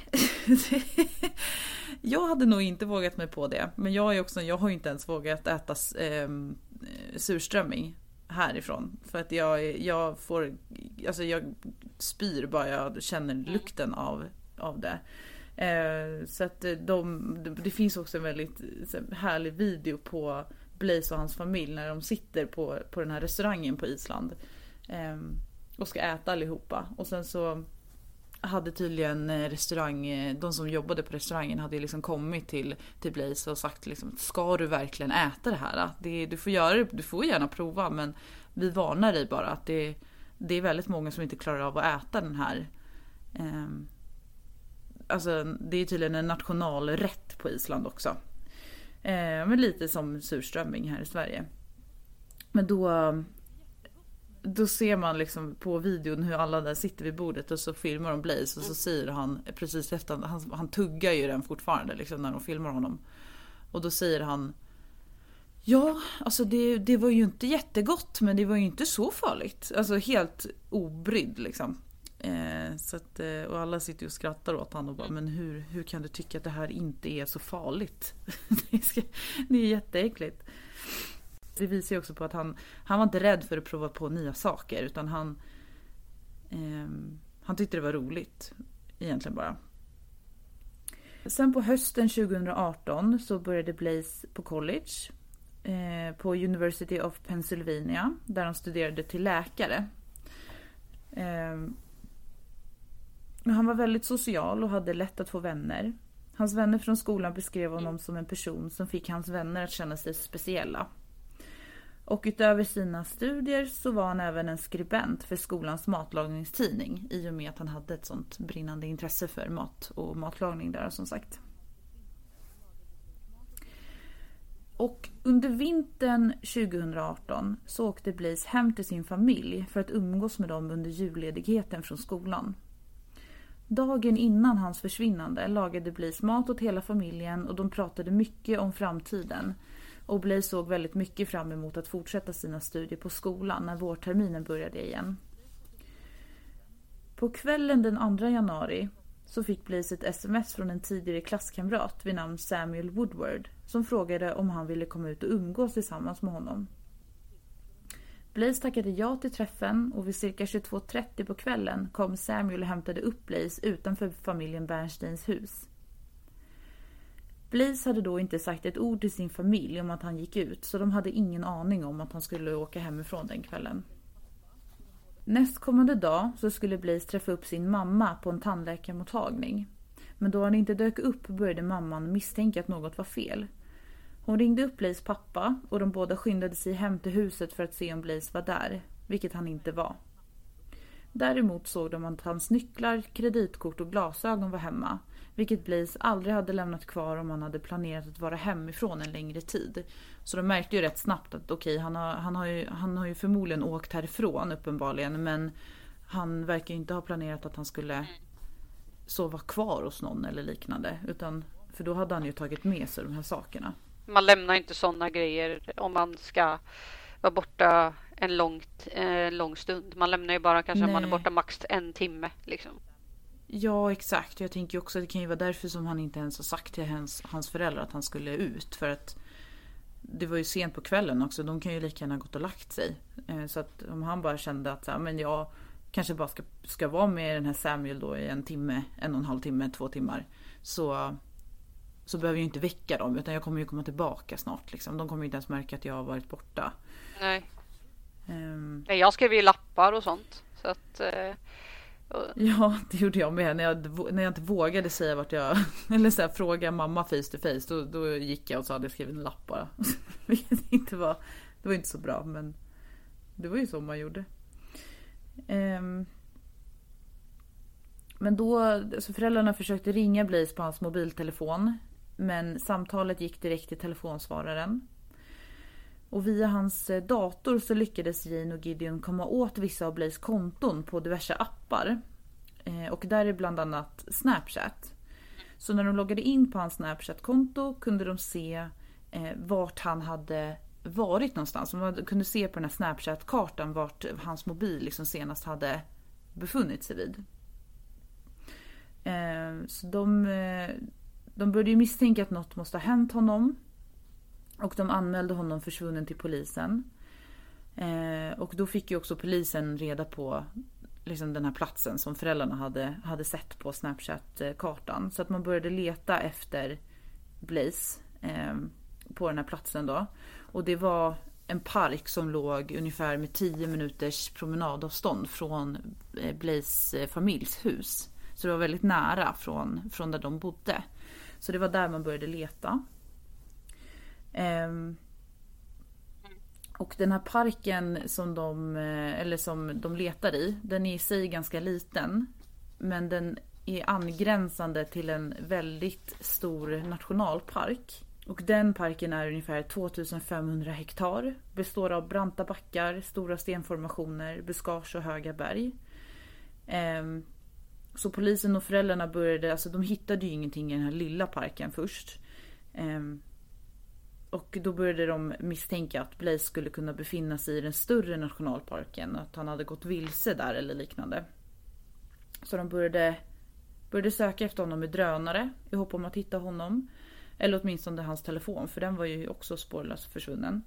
jag hade nog inte vågat mig på det. Men jag, är också, jag har ju inte ens vågat äta eh, surströmming härifrån. För att jag, jag får, alltså jag spyr bara jag känner lukten av, av det. Eh, så att de, det finns också en väldigt härlig video på Blaze och hans familj när de sitter på, på den här restaurangen på Island eh, och ska äta allihopa. Och sen så hade tydligen restaurang, de som jobbade på restaurangen hade liksom kommit till, till Blaze och sagt liksom, ska du verkligen äta det här? Det, du får göra det, du får gärna prova, men vi varnar dig bara att det, det är väldigt många som inte klarar av att äta den här. Eh, alltså det är tydligen en nationalrätt på Island också. Eh, men lite som surströmming här i Sverige. Men då då ser man liksom på videon hur alla där sitter vid bordet och så filmar de Blaze och så säger han precis efter han, han tuggar ju den fortfarande liksom när de filmar honom. Och då säger han ja, alltså det, det var ju inte jättegott men det var ju inte så farligt. Alltså helt obrydd liksom. Eh, så att, och alla sitter och skrattar åt han och bara, men hur, hur kan du tycka att det här inte är så farligt? Det är jätteäckligt. Det visar ju också på att han, han var inte rädd för att prova på nya saker utan han eh, han tyckte det var roligt egentligen bara. Sen på hösten tjugoarton så började Blaze på college eh, på University of Pennsylvania där han studerade till läkare. Eh, Han var väldigt social och hade lätt att få vänner. Hans vänner från skolan beskrev honom som en person som fick hans vänner att känna sig speciella. Och utöver sina studier så var han även en skribent för skolans matlagningstidning i och med att han hade ett sånt brinnande intresse för mat och matlagning där som sagt. Och under vintern tjugoarton så åkte Blaze hem till sin familj för att umgås med dem under julledigheten från skolan. Dagen innan hans försvinnande lagade Blaze mat åt hela familjen och de pratade mycket om framtiden. Och Blaze såg väldigt mycket fram emot att fortsätta sina studier på skolan när vårterminen började igen. På kvällen den andra januari så fick Blaze ett sms från en tidigare klasskamrat vid namn Samuel Woodward som frågade om han ville komma ut och umgås tillsammans med honom. Blaze tackade ja till träffen och vid cirka tjugotvå trettio på kvällen kom Samuel och hämtade upp Blaze utanför familjen Bernsteins hus. Blaze hade då inte sagt ett ord till sin familj om att han gick ut så de hade ingen aning om att han skulle åka hemifrån den kvällen. Nästkommande dag så skulle Blaze träffa upp sin mamma på en tandläkarmottagning. Men då han inte dök upp började mamman misstänka att något var fel. Hon ringde upp Blaze pappa och de båda skyndade sig hem till huset för att se om Blaze var där, vilket han inte var. Däremot såg de att hans nycklar, kreditkort och glasögon var hemma, vilket Blaze aldrig hade lämnat kvar om han hade planerat att vara hemifrån en längre tid. Så de märkte ju rätt snabbt att okej, okay, han, har, han, har ju, han har ju förmodligen åkt härifrån uppenbarligen, men han verkar inte ha planerat att han skulle sova kvar hos någon eller liknande, utan, för då hade han ju tagit med sig de här sakerna. Man lämnar inte sådana grejer om man ska vara borta en långt, eh, lång stund. Man lämnar ju bara kanske Nej. om man är borta max en timme liksom. Ja, exakt. Jag tänker också att det kan ju vara därför som han inte ens har sagt till hans, hans föräldrar att han skulle ut. För att det var ju sent på kvällen också. De kan ju lika gärna gått och lagt sig. Eh, så att om han bara kände att så här, men jag kanske bara ska, ska vara med den här Samuel då i en timme, en och en halv timme, två timmar. Så, så behöver jag ju inte väcka dem. Utan jag kommer ju komma tillbaka snart. Liksom. De kommer ju inte ens märka att jag har varit borta. Nej. Um, jag skrev ju lappar och sånt. Så att... Eh... Ja, det gjorde jag med. När jag, när jag inte vågade säga vart jag... Eller så här, fråga mamma face to face. Då, då gick jag och så hade jag skrivit en lapp bara. Vilket inte var... Det var inte så bra, men... Det var ju så man gjorde. Um, men då... Alltså föräldrarna försökte ringa Blaze på hans mobiltelefon. Men samtalet gick direkt till telefonsvararen. Och via hans dator så lyckades Jane och Gideon komma åt vissa av Blaze konton på diverse appar. Eh, och där är bland annat Snapchat. Så när de loggade in på hans Snapchat-konto kunde de se eh, vart han hade varit någonstans. De kunde se på den här Snapchat-kartan vart hans mobil liksom senast hade befunnit sig vid. Eh, så de, eh, de började ju misstänka att något måste ha hänt honom. Och de anmälde honom försvunnen till polisen. Eh, och då fick ju också polisen reda på liksom den här platsen som föräldrarna hade, hade sett på Snapchat-kartan. Så att man började leta efter Blaze eh, på den här platsen då. Och det var en park som låg ungefär med tio minuters promenadavstånd från eh, Blaze familjs hus. Så det var väldigt nära från, från där de bodde. Så det var där man började leta. Um, och den här parken som de, eller som de letar i, den är i sig ganska liten, men den är angränsande till en väldigt stor nationalpark. Och den parken är ungefär tvåtusenfemhundra hektar, består av branta backar, stora stenformationer, buskage och höga berg. Um, så polisen och föräldrarna började, alltså de hittade ju ingenting i den här lilla parken först. Um, Och då började de misstänka att Blaze skulle kunna befinna sig i den större nationalparken. Att han hade gått vilse där eller liknande. Så de började, började söka efter honom med drönare i hopp om att hitta honom. Eller åtminstone hans telefon, för den var ju också spårlöst försvunnen.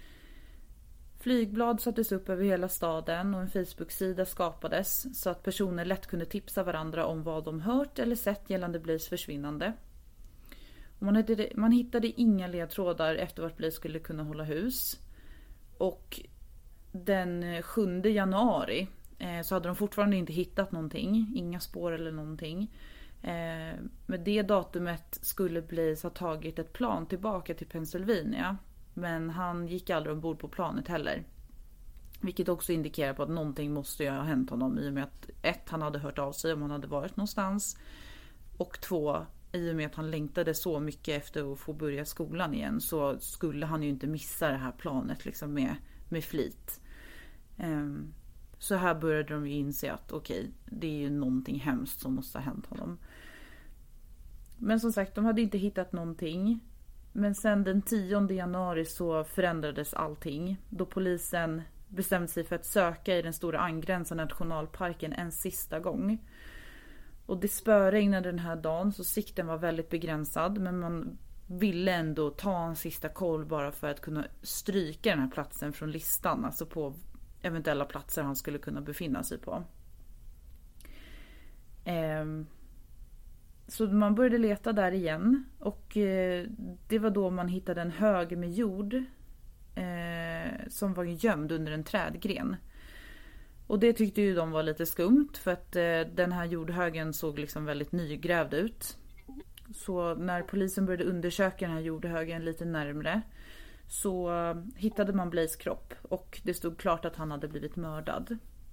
Flygblad sattes upp över hela staden och en Facebook-sida skapades. Så att personer lätt kunde tipsa varandra om vad de hört eller sett gällande Blaze försvinnande. Man hittade, man hittade inga ledtrådar efter vart Blaze skulle kunna hålla hus. Och den sjunde januari eh, så hade de fortfarande inte hittat någonting. Inga spår eller någonting. Eh, med det datumet skulle Blaze ha tagit ett plan tillbaka till Pennsylvania. Men han gick aldrig ombord på planet heller. Vilket också indikerar på att någonting måste ju ha hänt honom. I och med att ett, han hade hört av sig om han hade varit någonstans. Och två, i och med att han längtade så mycket efter att få börja skolan igen, så skulle han ju inte missa det här planet liksom med, med flit. Um, så här började de ju inse att okej, okay, det är ju någonting hemskt som måste ha hänt honom. Men som sagt, de hade inte hittat någonting. Men sen den tionde januari så förändrades allting. Då polisen bestämde sig för att söka i den stora angränsande nationalparken en sista gång. Och det spöregnade den här dagen, så sikten var väldigt begränsad. Men man ville ändå ta en sista koll bara för att kunna stryka den här platsen från listan. Alltså på eventuella platser han skulle kunna befinna sig på. Ehm, så man började leta där igen. Och eh, det var då man hittade en hög med jord eh, som var gömd under en trädgren. Och det tyckte ju de var lite skumt för att eh, den här jordhögen såg liksom väldigt nygrävd ut. Så när polisen började undersöka den här jordhögen lite närmre så eh, hittade man Blaze kropp och det stod klart att han hade blivit mördad.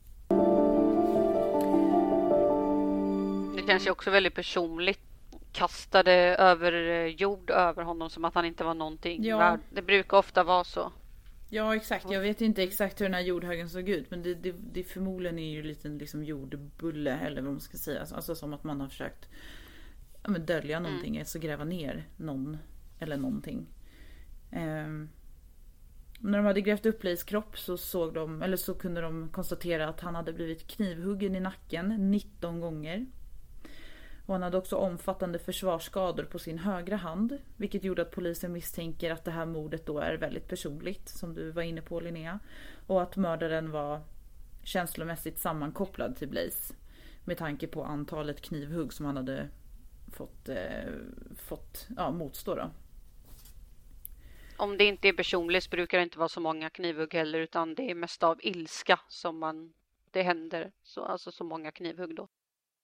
Det känns ju också väldigt personligt. Kastade över jord över honom som att han inte var någonting ja. värd. Det brukar ofta vara så. Ja, exakt. Jag vet inte exakt hur den här jordhögen såg ut. Men det, det, det förmodligen är ju en liten liksom, jordbulle. Eller vad man ska säga. Alltså som att man har försökt ja, men dölja någonting. Mm. Alltså gräva ner någon. Eller någonting. Um, när de hade grävt upp Blaze kropp så såg de. Eller så kunde de konstatera att han hade blivit knivhuggen i nacken nitton gånger. Och han hade också omfattande försvarsskador på sin högra hand. Vilket gjorde att polisen misstänker att det här mordet då är väldigt personligt. Som du var inne på, Linnea. Och att mördaren var känslomässigt sammankopplad till Blaze. Med tanke på antalet knivhugg som han hade fått, eh, fått ja, motstå då. Om det inte är personligt så brukar det inte vara så många knivhugg heller. Utan det är mest av ilska som man, det händer. Så, alltså så många knivhugg då.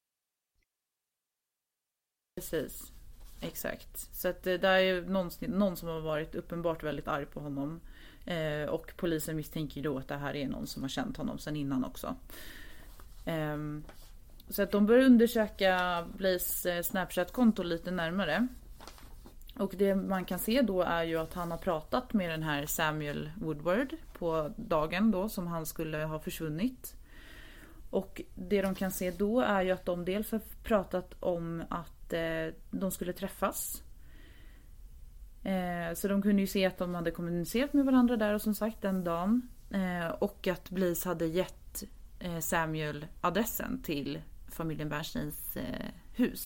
Precis, exakt. Så att det där är någon, någon som har varit uppenbart väldigt arg på honom. Eh, och polisen misstänker då att det här är någon som har känt honom sedan innan också. Eh, så att de börjar undersöka Blaze Snapchat-konto lite närmare. Och det man kan se då är ju att han har pratat med den här Samuel Woodward på dagen då som han skulle ha försvunnit. Och det de kan se då är ju att de dels har pratat om att eh, de skulle träffas. Eh, så de kunde ju se att de hade kommunicerat med varandra där och som sagt den dagen. Eh, och att Blaze hade gett eh, Samuel adressen till familjen Bernsteins eh, hus.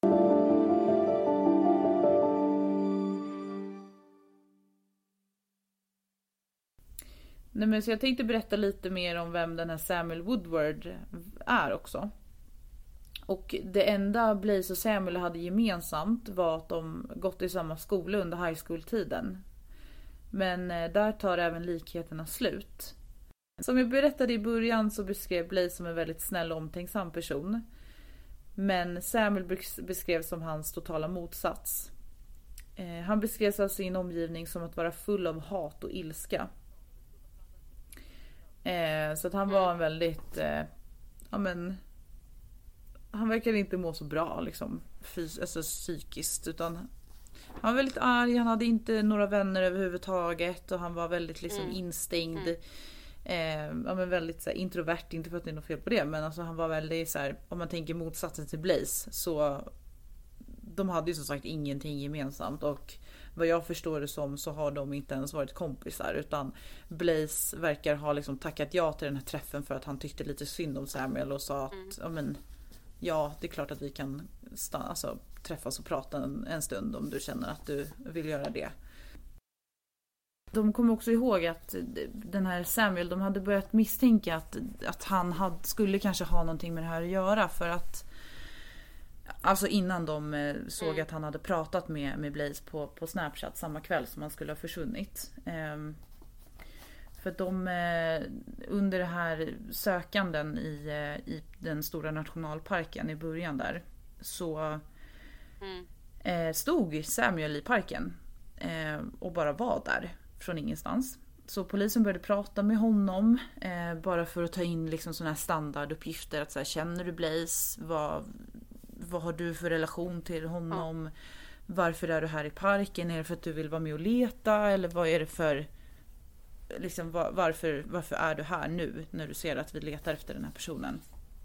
Nej, men så jag tänkte berätta lite mer om vem den här Samuel Woodward är också. Och det enda Blaze och Samuel hade gemensamt var att de gått i samma skola under high school-tiden. Men där tar även likheterna slut. Som jag berättade i början så beskrev Blaze som en väldigt snäll och omtänksam person. Men Samuel beskrevs som hans totala motsats. Han beskrevs av sin omgivning som att vara full av hat och ilska. Eh, så att han var en väldigt eh, ja men han verkade inte må så bra liksom fys- alltså psykiskt utan han var väldigt arg, han hade inte några vänner överhuvudtaget och han var väldigt liksom mm. instängd mm. Eh, ja men väldigt så här, introvert, inte för att det är något fel på det men alltså han var väldigt så här, om man tänker motsatsen till Blaze så de hade ju som sagt ingenting gemensamt och vad jag förstår det som så har de inte ens varit kompisar utan Blaze verkar ha liksom tackat ja till den här träffen för att han tyckte lite synd om Samuel och sa att mm. ja, men, ja det är klart att vi kan stanna, alltså, träffas och prata en, en stund om du känner att du vill göra det. De kommer också ihåg att den här Samuel, de hade börjat misstänka att, att han hade, skulle kanske ha någonting med det här att göra för att alltså innan de såg mm. att han hade pratat med, med Blaze på, på Snapchat samma kväll som han skulle ha försvunnit. Ehm, för att de under det här sökanden i, i den stora nationalparken i början där så mm. eh, stod Samuel i parken eh, och bara var där från ingenstans. Så polisen började prata med honom eh, bara för att ta in liksom såna här standarduppgifter att så här, känner du Blaze? Vad Vad har du för relation till honom? Ja. Varför är du här i parken? Är det för att du vill vara med och leta? Eller vad är det för... Liksom, var, varför, varför är du här nu? När du ser att vi letar efter den här personen.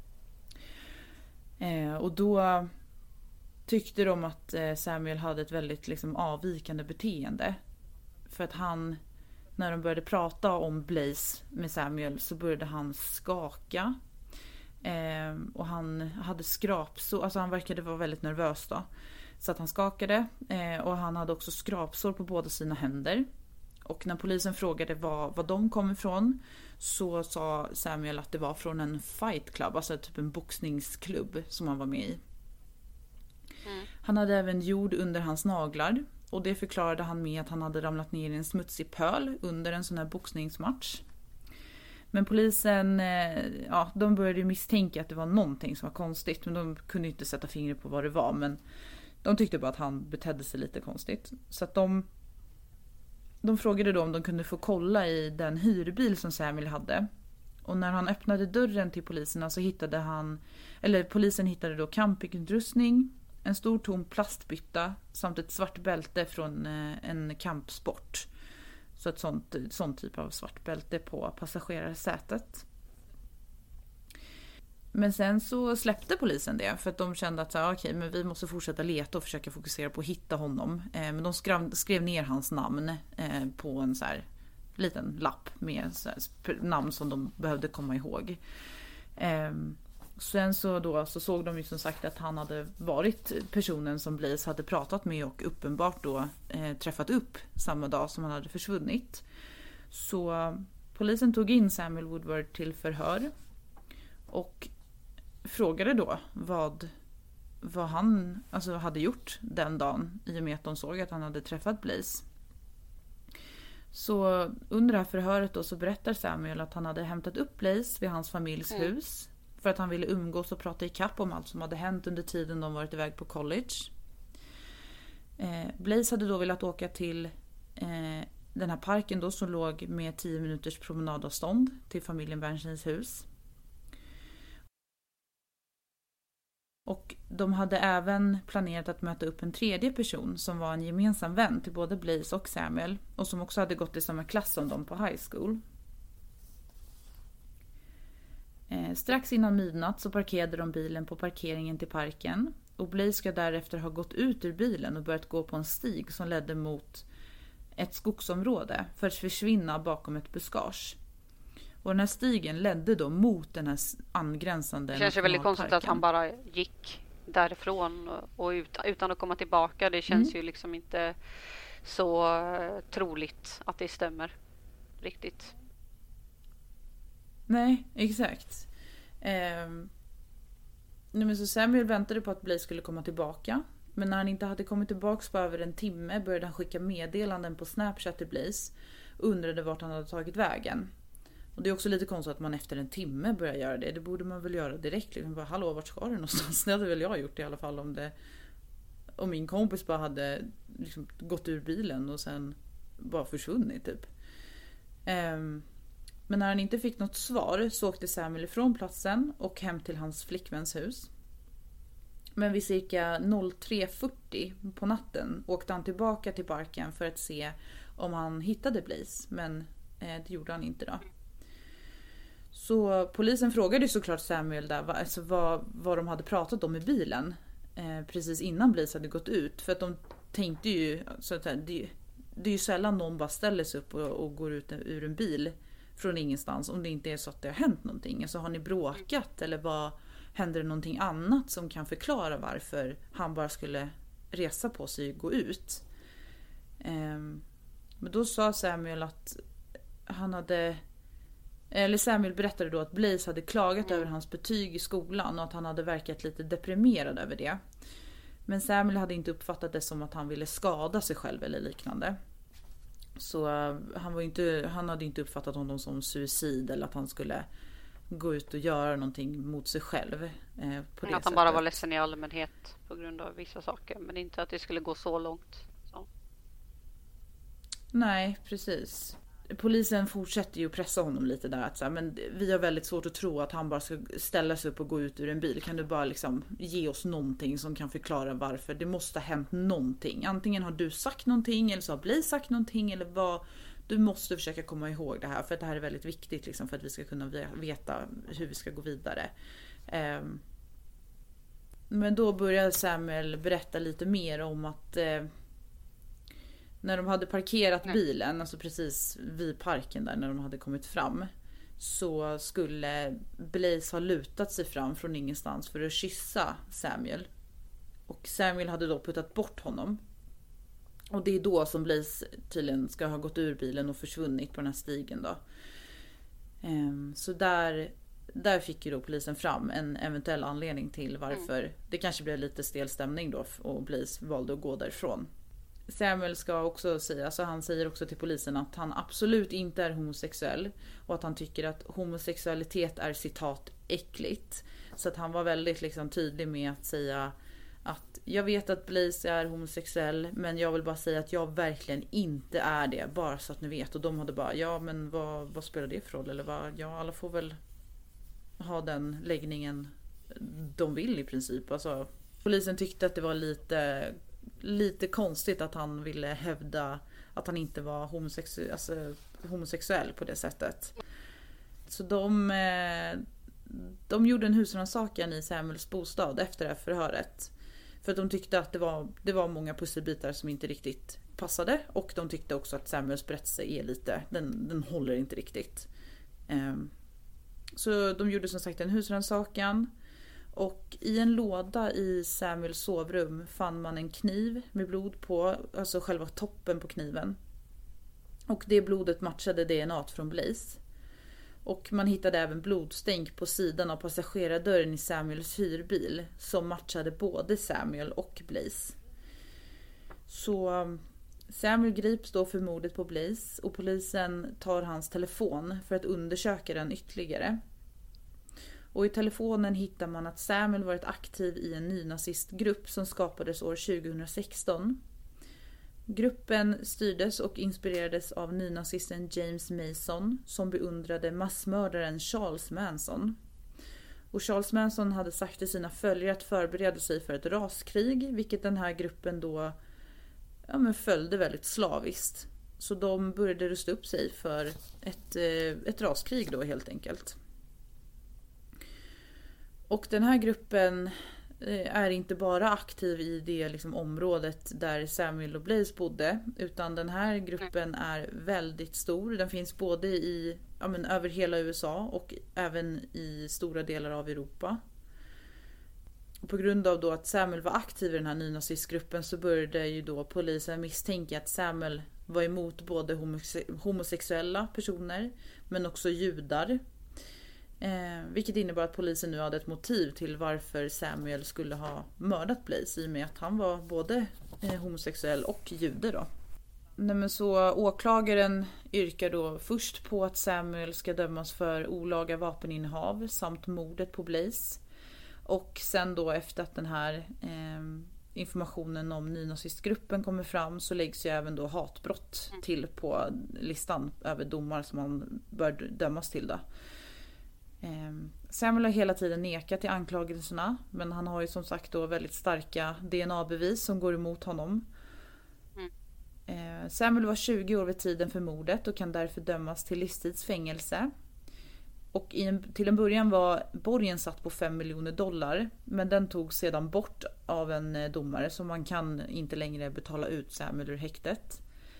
Eh, och då tyckte de att Samuel hade ett väldigt liksom, avvikande beteende. För att han... När de började prata om Blaze med Samuel så började han skaka. Eh, och han hade skrapsår, alltså han verkade vara väldigt nervös då. Så att han skakade eh, och han hade också skrapsår på båda sina händer. Och när polisen frågade vad, vad de kom ifrån så sa Samuel att det var från en fight club, alltså typ en boxningsklubb som han var med i. Mm. Han hade även jord under hans naglar och det förklarade han med att han hade ramlat ner i en smutsig pöl under en sån här boxningsmatch. Men polisen, ja, de började misstänka att det var någonting som var konstigt. Men de kunde inte sätta fingret på vad det var. Men de tyckte bara att han betedde sig lite konstigt. Så att de, de frågade då om de kunde få kolla i den hyrbil som Samuel hade. Och när han öppnade dörren till poliserna så hittade han, eller polisen hittade då campingutrustning, en stor tom plastbytta samt ett svart bälte från en kampsport. Så ett sånt, sånt typ av svart bälte på passagerarsätet. Men sen så släppte polisen det för att de kände att så här, okej, men vi måste fortsätta leta och försöka fokusera på att hitta honom. Eh, men de skrev, skrev ner hans namn eh, på en så här liten lapp med så här, namn som de behövde komma ihåg. Eh, sen så, då, så såg de ju som sagt att han hade varit personen som Blaze hade pratat med och uppenbart då eh, träffat upp samma dag som han hade försvunnit. Så polisen tog in Samuel Woodward till förhör och frågade då vad, vad han alltså, hade gjort den dagen i och med att de såg att han hade träffat Blaze. Så under det här förhöret då så berättar Samuel att han hade hämtat upp Blaze vid hans familjs mm. hus för att han ville umgås och prata i kapp om allt som hade hänt under tiden de varit iväg på college. Eh, Blaze hade då velat åka till eh, den här parken då som låg med tio minuters promenadavstånd till familjen Bernsteins hus. Och de hade även planerat att möta upp en tredje person som var en gemensam vän till både Blaze och Samuel och som också hade gått i samma klass som dem på high school. Eh, strax innan midnatt så parkerade de bilen på parkeringen till parken och Blaze ska därefter ha gått ut ur bilen och börjat gå på en stig som ledde mot ett skogsområde för att försvinna bakom ett buskage. Och den här stigen ledde då mot den här angränsande. Det känns ju väldigt konstigt att han bara gick därifrån och ut, utan att komma tillbaka. Det känns mm. ju liksom inte så troligt att det stämmer riktigt. Nej, exakt. Ehm. Nej, men så Samuel väntade på att Blaze skulle komma tillbaka. Men när han inte hade kommit tillbaka på över en timme började han skicka meddelanden på Snapchat till Blaze och undrade vart han hade tagit vägen. Och det är också lite konstigt att man efter en timme börjar göra det. Det borde man väl göra direkt. Liksom bara, hallå, vart ska du någonstans? Det hade väl jag gjort i alla fall om det... Om min kompis bara hade liksom gått ur bilen och sen bara försvunnit typ. Um, men när han inte fick något svar så åkte Samuel ifrån platsen och hem till hans flickväns hus. Men vid cirka tre fyrtio på natten åkte han tillbaka till parken för att se om han hittade Blaze. Men eh, det gjorde han inte då. Så polisen frågade såklart Samuel där, alltså vad, vad de hade pratat om i bilen eh, precis innan Blaze hade gått ut. För att de tänkte ju, så att det, det är ju sällan någon bara ställer sig upp och, och går ut ur en bil från ingenstans om det inte är så att det har hänt någonting. Alltså har ni bråkat eller vad, händer det någonting annat som kan förklara varför han bara skulle resa på sig och gå ut. Eh, men då sa Samuel att han hade... Eller Samuel berättade då att Blaze hade klagat mm. över hans betyg i skolan och att han hade verkat lite deprimerad över det. Men Samuel hade inte uppfattat det som att han ville skada sig själv eller liknande. Så han, var inte, han hade inte uppfattat honom som suicid eller att han skulle gå ut och göra någonting mot sig själv. Eh, på det att han sättet. Bara var ledsen i allmänhet på grund av vissa saker. Men inte att det skulle gå så långt. Så. Nej, precis. Polisen fortsätter ju att pressa honom lite där. Att så här, men vi har väldigt svårt att tro att han bara ska ställa sig upp och gå ut ur en bil. Kan du bara liksom ge oss någonting som kan förklara varför? Det måste ha hänt någonting. Antingen har du sagt någonting eller så har Blaze sagt någonting. Eller vad. Du måste försöka komma ihåg det här. För att det här är väldigt viktigt liksom, för att vi ska kunna veta hur vi ska gå vidare. Um, men då börjar Samuel berätta lite mer om att... Uh, När de hade parkerat bilen, alltså precis vid parken där när de hade kommit fram, så skulle Blaze ha lutat sig fram från ingenstans för att kyssa Samuel. Och Samuel hade då puttat bort honom. Och det är då som Blaze tydligen ska ha gått ur bilen och försvunnit på den här stigen då. Så där, där fick ju då polisen fram en eventuell anledning till varför mm. det kanske blev lite stel stämning då och Blaze valde att gå därifrån. Samuel ska också säga, alltså han säger också till polisen att han absolut inte är homosexuell och att han tycker att homosexualitet är citat äckligt. Så att han var väldigt liksom tydlig med att säga att jag vet att Blaze är homosexuell, men jag vill bara säga att jag verkligen inte är det, bara så att ni vet. Och de hade bara, ja men vad, vad spelar det för roll? Eller vad, ja alla får väl ha den läggningen de vill i princip. Alltså, polisen tyckte att det var lite, lite konstigt att han ville hävda att han inte var homosexuell, alltså, homosexuell på det sättet. Så de, de gjorde en husrannsakan i Samuels bostad efter det här förhöret. För att de tyckte att det var, det var många pusselbitar som inte riktigt passade. Och de tyckte också att Samuels berättelse är lite, den, den håller inte riktigt. Så de gjorde som sagt en husrannsakan. Och i en låda i Samuels sovrum fann man en kniv med blod på, alltså själva toppen på kniven. Och det blodet matchade D N A från Blaze. Och man hittade även blodstänk på sidan av passagerardörren i Samuels hyrbil som matchade både Samuel och Blaze. Så Samuel grips då för mordet på Blaze och polisen tar hans telefon för att undersöka den ytterligare. Och i telefonen hittar man att Samuel varit aktiv i en nynazistgrupp som skapades år tjugohundrasexton. Gruppen styrdes och inspirerades av nynazisten James Mason som beundrade massmördaren Charles Manson. Och Charles Manson hade sagt till sina följare att förbereda sig för ett raskrig, vilket den här gruppen då ja, men följde väldigt slaviskt. Så de började rusta upp sig för ett, ett raskrig då helt enkelt. Och den här gruppen är inte bara aktiv i det liksom området där Samuel och Blaze bodde, utan den här gruppen är väldigt stor. Den finns både i, ja, men, över hela U S A och även i stora delar av Europa. Och på grund av då att Samuel var aktiv i den här nynazistgruppen så började ju då polisen misstänka att Samuel var emot både homose- homosexuella personer men också judar. Eh, vilket innebar att polisen nu hade ett motiv till varför Samuel skulle ha mördat Blaze i och med att han var både eh, homosexuell och jude då. Nej, men så åklagaren yrkar då först på att Samuel ska dömas för olaga vapeninnehav samt mordet på Blaze. Och sen då efter att den här eh, informationen om nynazistgruppen kommer fram så läggs ju även då hatbrott till på listan över domar som man bör dömas till då. Samuel har hela tiden nekat till anklagelserna, men han har ju som sagt då väldigt starka D N A-bevis som går emot honom. Mm. Samuel var tjugo år vid tiden för mordet och kan därför dömas till livstidsfängelse. Och i en, till en början var borgen satt på fem miljoner dollar, men den togs sedan bort av en domare så man kan inte längre betala ut Samuel ur häktet.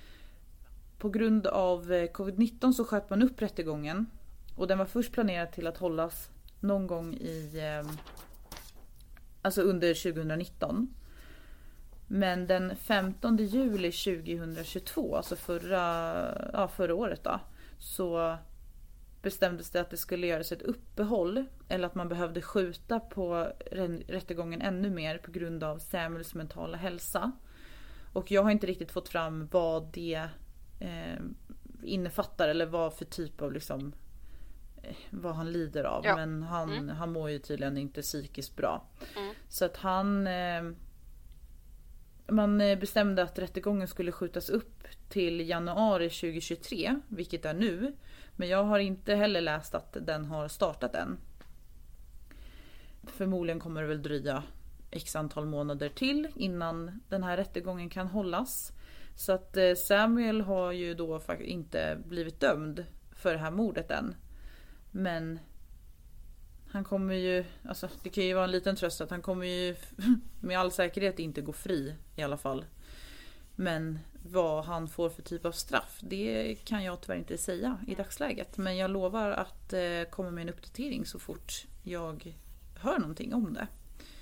På grund av covid nitton så sköt man upp rättegången. Och den var först planerad till att hållas någon gång i eh, alltså under tjugohundranitton. Men den femtonde juli tjugohundratjugotvå, alltså förra, ja, förra året då, så bestämdes det att det skulle göras ett uppehåll eller att man behövde skjuta på rättegången ännu mer på grund av Samuels mentala hälsa. Och jag har inte riktigt fått fram vad det eh, innefattar eller vad för typ av liksom vad han lider av, ja. Men han, mm. han mår ju tydligen inte psykiskt bra. Mm. Så att han eh, man bestämde att rättegången skulle skjutas upp till januari tjugohundratjugotre, vilket är nu, men jag har inte heller läst att den har startat än. Förmodligen kommer det väl dröja x antal månader till innan den här rättegången kan hållas. Så att eh, Samuel har ju då faktiskt inte blivit dömd för det här mordet än. Men han kommer ju, alltså det kan ju vara en liten tröst att han kommer ju med all säkerhet inte gå fri i alla fall. Men vad han får för typ av straff, det kan jag tyvärr inte säga i dagsläget. Men jag lovar att eh, komma med en uppdatering så fort jag hör någonting om det.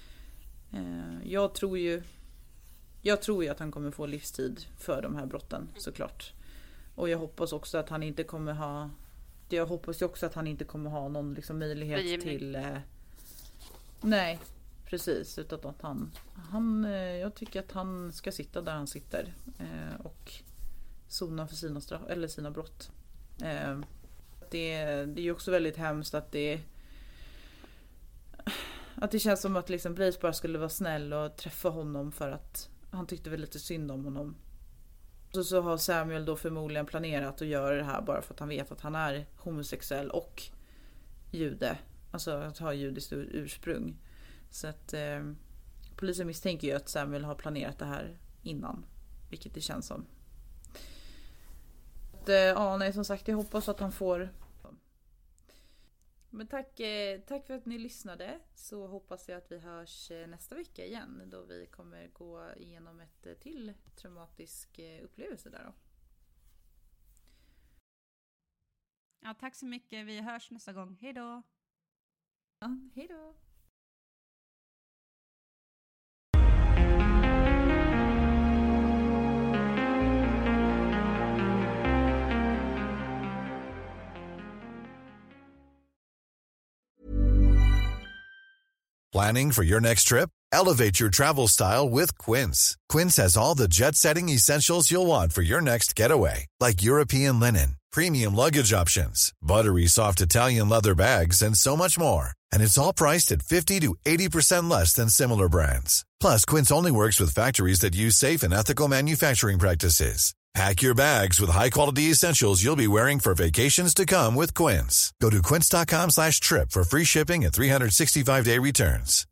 Eh, jag tror ju jag tror ju att han kommer få livstid för de här brotten såklart. Och jag hoppas också att han inte kommer ha Jag hoppas ju också att han inte kommer ha någon liksom möjlighet till... Eh, nej, Precis, utan att han, han jag tycker att han ska sitta där han sitter eh, och sona för sina straff, eller sina brott. Eh, det, det är ju också väldigt hemskt att det att det känns som att liksom Blaze bara skulle vara snäll och träffa honom för att han tyckte väl lite synd om honom. Så, så har Samuel då förmodligen planerat att göra det här bara för att han vet att han är homosexuell och jude. Alltså att ha judiskt ursprung. Så att eh, polisen misstänker ju att Samuel har planerat det här innan. Vilket det känns som. Att, eh, ja, nej, som sagt, jag hoppas att han får. Men tack, eh, tack för att ni lyssnade. Så hoppas jag att vi hörs eh, nästa vecka igen. Då vi kommer gå igenom ett eh, till traumatisk eh, upplevelse där då. Ja, tack så mycket. Vi hörs nästa gång. Hej då! Ja, hej då! Planning for your next trip? Elevate your travel style with Quince. Quince has all the jet-setting essentials you'll want for your next getaway, like European linen, premium luggage options, buttery soft Italian leather bags, and so much more. And it's all priced at fifty to eighty percent less than similar brands. Plus, Quince only works with factories that use safe and ethical manufacturing practices. Pack your bags with high-quality essentials you'll be wearing for vacations to come with Quince. Go to quince dot com slash trip for free shipping and three sixty-five day returns.